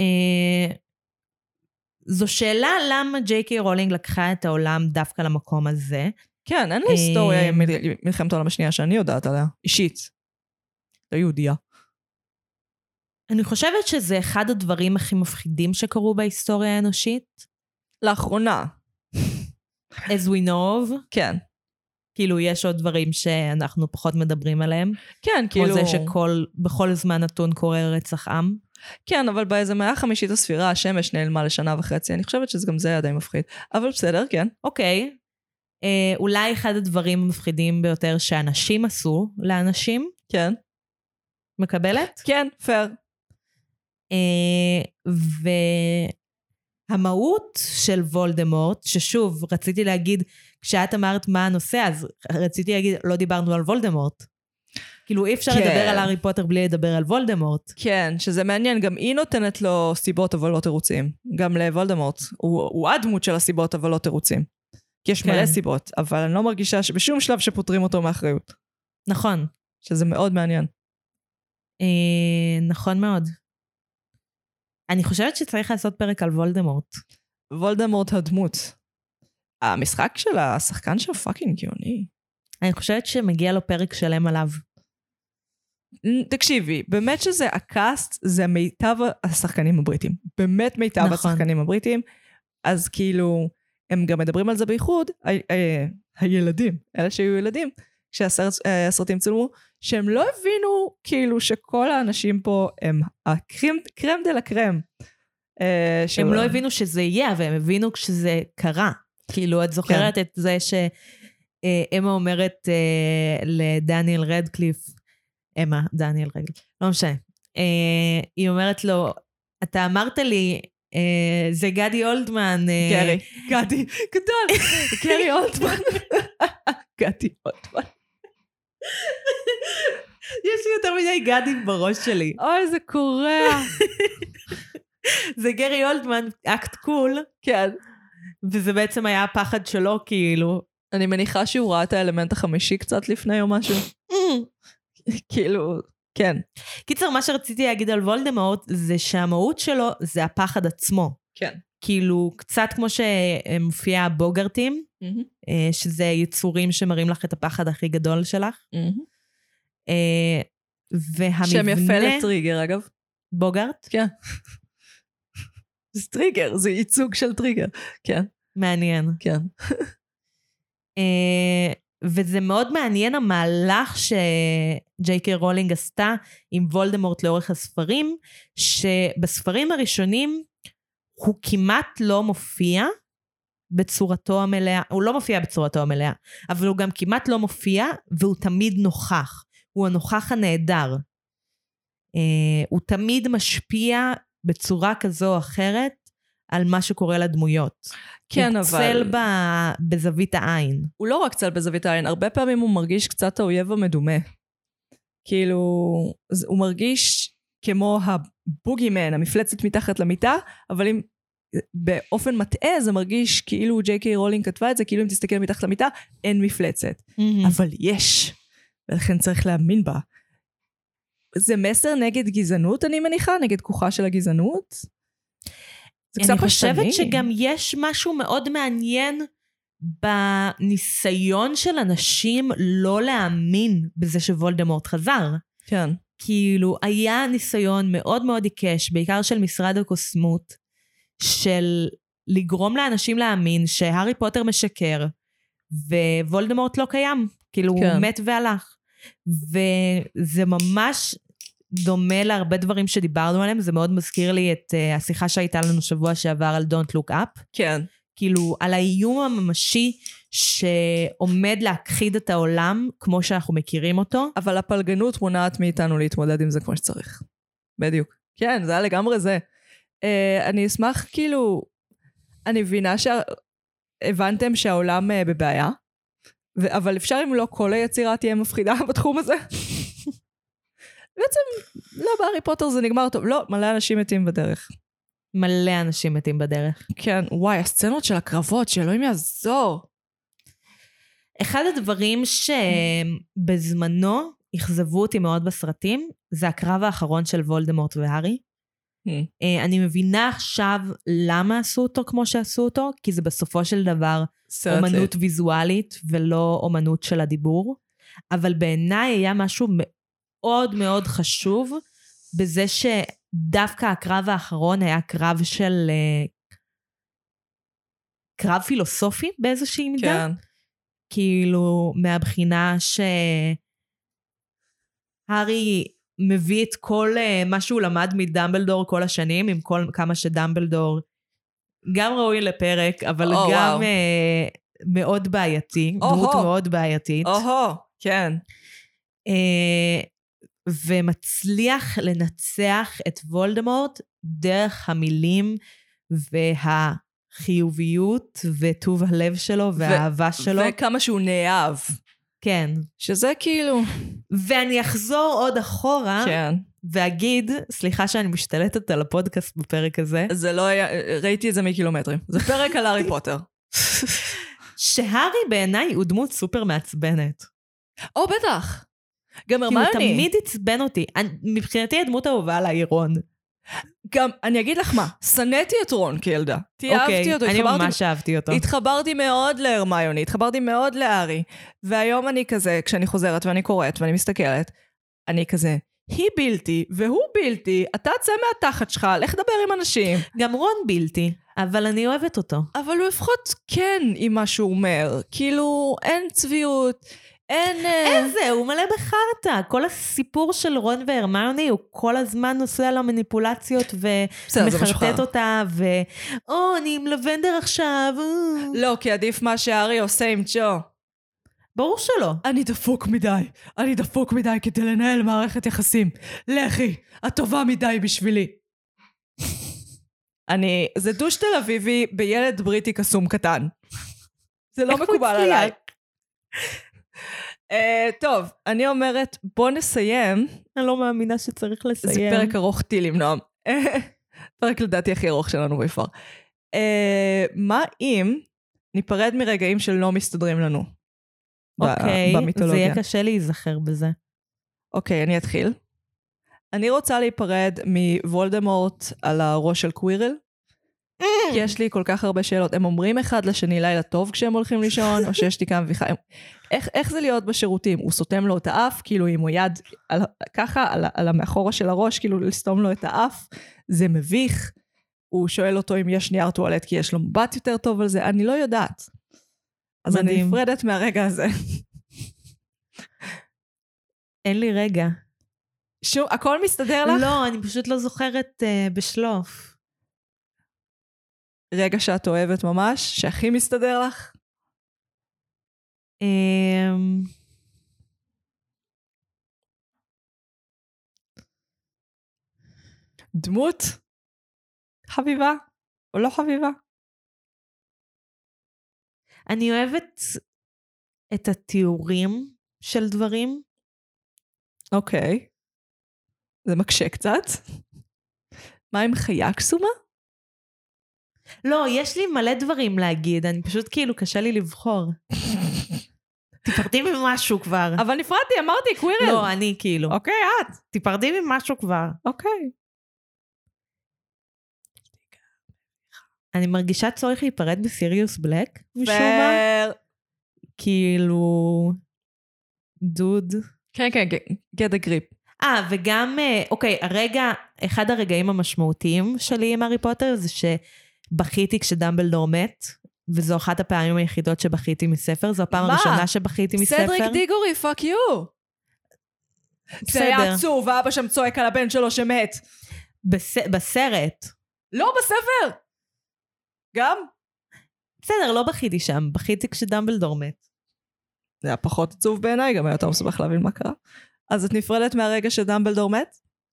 זו שאלה למה ג'יי.קיי רולינג לקחה את העולם דווקא למקום הזה. כן, אין לי היסטוריה עם מלחמת העולם השנייה שאני יודעת עליה, אישית. לא יהודיה. אני חושבת שזה אחד הדברים הכי מפחידים שקרו בהיסטוריה האנושית. לאחרונה. As we know of. כן. כאילו יש עוד דברים שאנחנו פחות מדברים עליהם. כן, כאילו... כמו זה שבכל זמן נתון קורה רצח עם. כן, אבל באיזה 150 הספירה, השמש נעלמה לשנה וחצי. אני חושבת שגם זה היה די מפחיד. אבל בסדר, כן. אוקיי. אולי אחד הדברים המפחידים ביותר שאנשים עשו לאנשים. כן. מקבלת? כן, פייר. והמהות של וולדמורט, ששוב, רציתי להגיד, כשאת אמרת מה הנושא, אז רציתי להגיד, לא דיברנו על וולדמורט. כאילו אי אפשר לדבר על הארי פוטר בלי לדבר על וולדמורט. כן, שזה מעניין, גם היא נותנת לו סיבות אבל לא תירוצים. גם לוולדמורט. הוא הדמות של הסיבות אבל לא תירוצים. כי יש מלא סיבות, אבל אני לא מרגישה שבשום שלב שפותרים אותו מאחריות. נכון. שזה מאוד מעניין. נכון מאוד. אני חושבת שצריך לעשות פרק על וולדמורט. וולדמורט הדמות. המשחק של השחקן של פאקינג גאוני. אני חושבת שמגיע לו פרק שלם עליו. תקשיבי, באמת שזה הקאסט, זה מיטב השחקנים הבריטים. באמת מיטב השחקנים הבריטים. אז כאילו, הם גם מדברים על זה בייחוד, הילדים, אלה שהיו ילדים, כשהסרטים צולמו, שהם לא הבינו כאילו שכל האנשים פה הם הקרם דה לקרם. הם לא הבינו שזה יהיה, והם הבינו כשזה קרה. כאילו, את זוכרת את זה שאמה אומרת לדניאל רדקליף, דניאל רדקליף, לא משנה. היא אומרת לו, אתה אמרת לי, זה גדי אולדמן. גדי, גדול. גדי אולדמן. גדי אולדמן. יש לי יותר מדי גדים בראש שלי. אוי, זה קורע. זה גרי אולדמן, אקט קול. כן. וזה בעצם היה הפחד שלו, כאילו. אני מניחה שהוא ראה את האלמנט החמישי קצת לפני או משהו. כאילו, כן. קיצר, מה שרציתי להגיד על וולדמורט, זה שהמהות שלו זה הפחד עצמו. כן. כאילו, קצת כמו שמופיע הבוגרטים, שזה יצורים שמראים לך את הפחד הכי גדול שלך. והמבנה... שם יפה לטריגר, אגב. בוגרט? כן. זה טריגר, זה ייצוג של טריגר. כן. מעניין. כן. וזה מאוד מעניין המהלך שג'יי קיי רולינג עשתה עם וולדמורט לאורך הספרים, שבספרים הראשונים הוא כמעט לא מופיע בצורתו המלאה, הוא לא מופיע בצורתו המלאה, אבל הוא גם כמעט לא מופיע, והוא תמיד נוכח. הוא הנוכח הנהדר. הוא תמיד משפיע בצורה כזו או אחרת על מה שקורה לדמויות. כן, הוא אבל... צל בזווית העין. הוא לא רק צל בזווית העין, הרבה פעמים הוא מרגיש קצת האויב המדומה. כאילו, הוא מרגיש כמו הבוגימן, המפלצת מתחת למיטה, אבל אם באופן מטעה זה מרגיש כאילו ג'יי קיי רולינג כתבה את זה, כאילו אם תסתכל מתחת למיטה, אין מפלצת. אבל יש, ולכן צריך להאמין בה. זה מסר נגד גזענות, אני מניחה, נגד כוחה של הגזענות. אני חושבת שגם יש משהו מאוד מעניין בניסיון של אנשים לא להאמין בזה שוולדמורט חזר. כן. כאילו, היה ניסיון מאוד מאוד עיקש, בעיקר של משרד הקוסמות, של לגרום לאנשים להאמין שהארי פוטר משקר, ווולדמורט לא קיים. כאילו, הוא מת והלך. וזה ממש דומה להרבה דברים שדיברנו עליהם, זה מאוד מזכיר לי את השיחה שהייתה לנו שבוע שעבר על Don't Look Up. כן. כאילו, על האיום הממשי שעומד להכחיד את העולם כמו שאנחנו מכירים אותו. אבל הפלגנות מונעת מאיתנו להתמודד עם זה כמו שצריך. בדיוק. כן, זה היה לגמרי זה. אני אשמח, כאילו, אני מבינה שהבנתם שהעולם בבעיה, אבל אפשר אם לא כל היצירה תהיה מפחידה בתחום הזה? בעצם, לא, בהארי פוטר זה נגמר טוב. לא, מלא אנשים מתים בדרך. מלא אנשים מתים בדרך. כן, וואי, הסצנות של הקרבות, שאלוהים יעזור. אחד הדברים שבזמנו אכזבו אותי מאוד בסרטים, זה הקרב האחרון של וולדמורט והארי. אני מבינה עכשיו למה עשו אותו כמו שעשו אותו, כי זה בסופו של דבר אומנות ויזואלית, ולא אומנות של הדיבור. אבל בעיניי היה משהו מאוד מאוד חשוב, בזה שדווקא הקרב האחרון היה קרב של... קרב פילוסופי באיזושהי מידה. כן. כאילו, מהבחינה שהארי מביא את כל מה שהוא למד מדמבלדור כל השנים, עם כל כמה שדמבלדור גם ראוי לפרק, אבל גם מאוד בעייתי, דמות מאוד בעייתית. כן. ומצליח לנצח את וולדמורט דרך המילים והחיוביות וטוב הלב שלו והאהבה שלו. וכמה שהוא נאהב. כן. שזה כאילו... ואני אחזור עוד אחורה, כן. ואגיד, סליחה שאני משתלטת על הפודקאסט בפרק הזה. זה לא היה, ראיתי את זה מקילומטרים. זה פרק על הארי פוטר. שהארי בעיניי הוא דמות סופר מעצבנת. בטח. גם הרמיוני. כאילו תמיד עצבן אותי. מבחינתי הדמות האהובה על האירון. גם, אני אגיד לך מה, שנאתי את רון כילדה. תיאבתי אותו. אני ממש אהבתי אותו. התחברתי מאוד להרמיוני, התחברתי מאוד לארי, והיום אני כזה, כשאני חוזרת ואני קוראת ואני מסתכלת, אני כזה, היא בלתי והוא בלתי, אתה צא מהתחת שלך, לך דבר עם אנשים. גם רון בלתי, אבל אני אוהבת אותו. אבל הוא לפחות כן עם מה שהוא אומר, כאילו אין צביעות, איזה, הוא מלא בחרטה. כל הסיפור של רון והרמיוני, הוא כל הזמן עושה לה מניפולציות ומחרטט אותה, אני עם לבנדר עכשיו. לא, כי עדיף מה שהארי עושה עם ג'ו. ברור שלא. אני דפוק מדי כדי לנהל מערכת יחסים. לכי, את טובה מדי בשבילי. זה דוש תל אביבי בילד בריטי קסום קטן. זה לא מקובל עליי. טוב, אני אומרת, בוא נסיים. אני לא מאמינה שצריך לסיים. זה פרק ארוך טילים, נועם. פרק לדעתי הכי ארוך שלנו ביפר. מה אם ניפרד מרגעים של לא מסתדרים לנו? אוקיי, זה יהיה קשה להיזכר בזה. אוקיי, אני אתחיל. אני רוצה להיפרד מוולדמורט על הראש של קווירל. כי יש לי כל כך הרבה שאלות. הם אומרים אחד לשני לילה טוב כשהם הולכים לישון, או שיש לי כמה ויחה. איך זה להיות בשירותים? הוא סותם לו את האף, כאילו עם היד ככה, על המאחורה של הראש, כאילו לסתום לו את האף. זה מביך. הוא שואל אותו אם יש נייר טואלט, כי יש לו מבט יותר טוב על זה. אני לא יודעת. אז אני נפרדת מהרגע הזה. אין לי רגע. הכל מסתדר לך? לא, אני פשוט לא זוכרת בשלוף. רגע שאת אוהבת ממש, שהכי מסתדר לך? דמות? חביבה? או לא חביבה? אני אוהבת את התיאורים של דברים. אוקיי. זה מקשה קצת. מה עם חיה קסומה? לא, יש לי מלא דברים להגיד, אני פשוט כאילו קשה לי לבחור. תפרדי ממשהו כבר. אבל נפרדתי, אמרתי, קווירל. לא, אני כאילו. אוקיי, את. תפרדי ממשהו כבר. אוקיי. אני מרגישה צורך להיפרד בסיריוס בלק, משום מה. כאילו, דוד. כן, כן, get a grip. וגם, אוקיי, אחד הרגעים המשמעותיים שלי עם הארי פוטר, זה שבכיתי כשדמבלדור מת, וזו אחת הפעמים היחידות שבכיתי מספר, זו הפעם הראשונה שבכיתי מספר. סדריק דיגורי, fuck you. זה היה עצוב, ואבא שם צועק על הבן שלו שמת. בסרט. לא, בספר. גם? בסדר, לא בכיתי שם, בכיתי כשדמבלדור מת. זה היה פחות עצוב בעיניי, גם היה יותר מסובך להבין מה קרה. אז את נפרדת מהרגע שדמבלדור מת?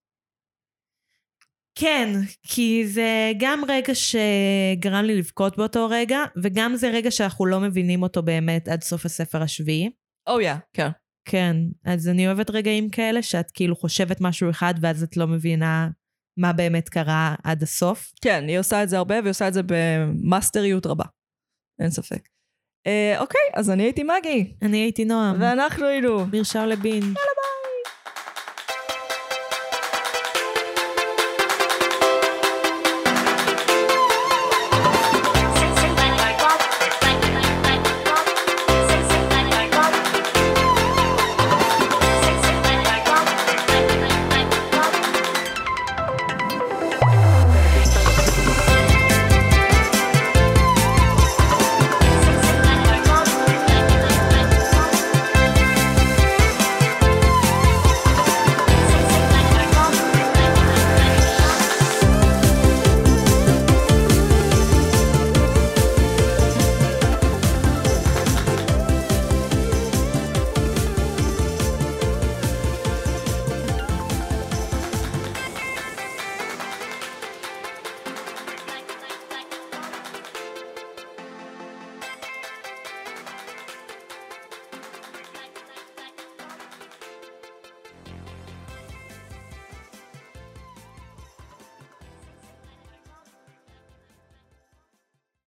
כן, כי זה גם רגע שגרם לי לבכות באותו רגע, וגם זה רגע שאנחנו לא מבינים אותו באמת עד סוף הספר השביעי. כן. כן, אז אני אוהבת רגעים כאלה שאת כאילו חושבת משהו אחד, ואז את לא מבינה מה באמת קרה עד הסוף. כן, היא עושה את זה הרבה, והיא עושה את זה במאסטריות רבה. אין ספק. אוקיי, אז אני הייתי מגי. אני הייתי נועם. ואנחנו היינו מרשם לבינג'.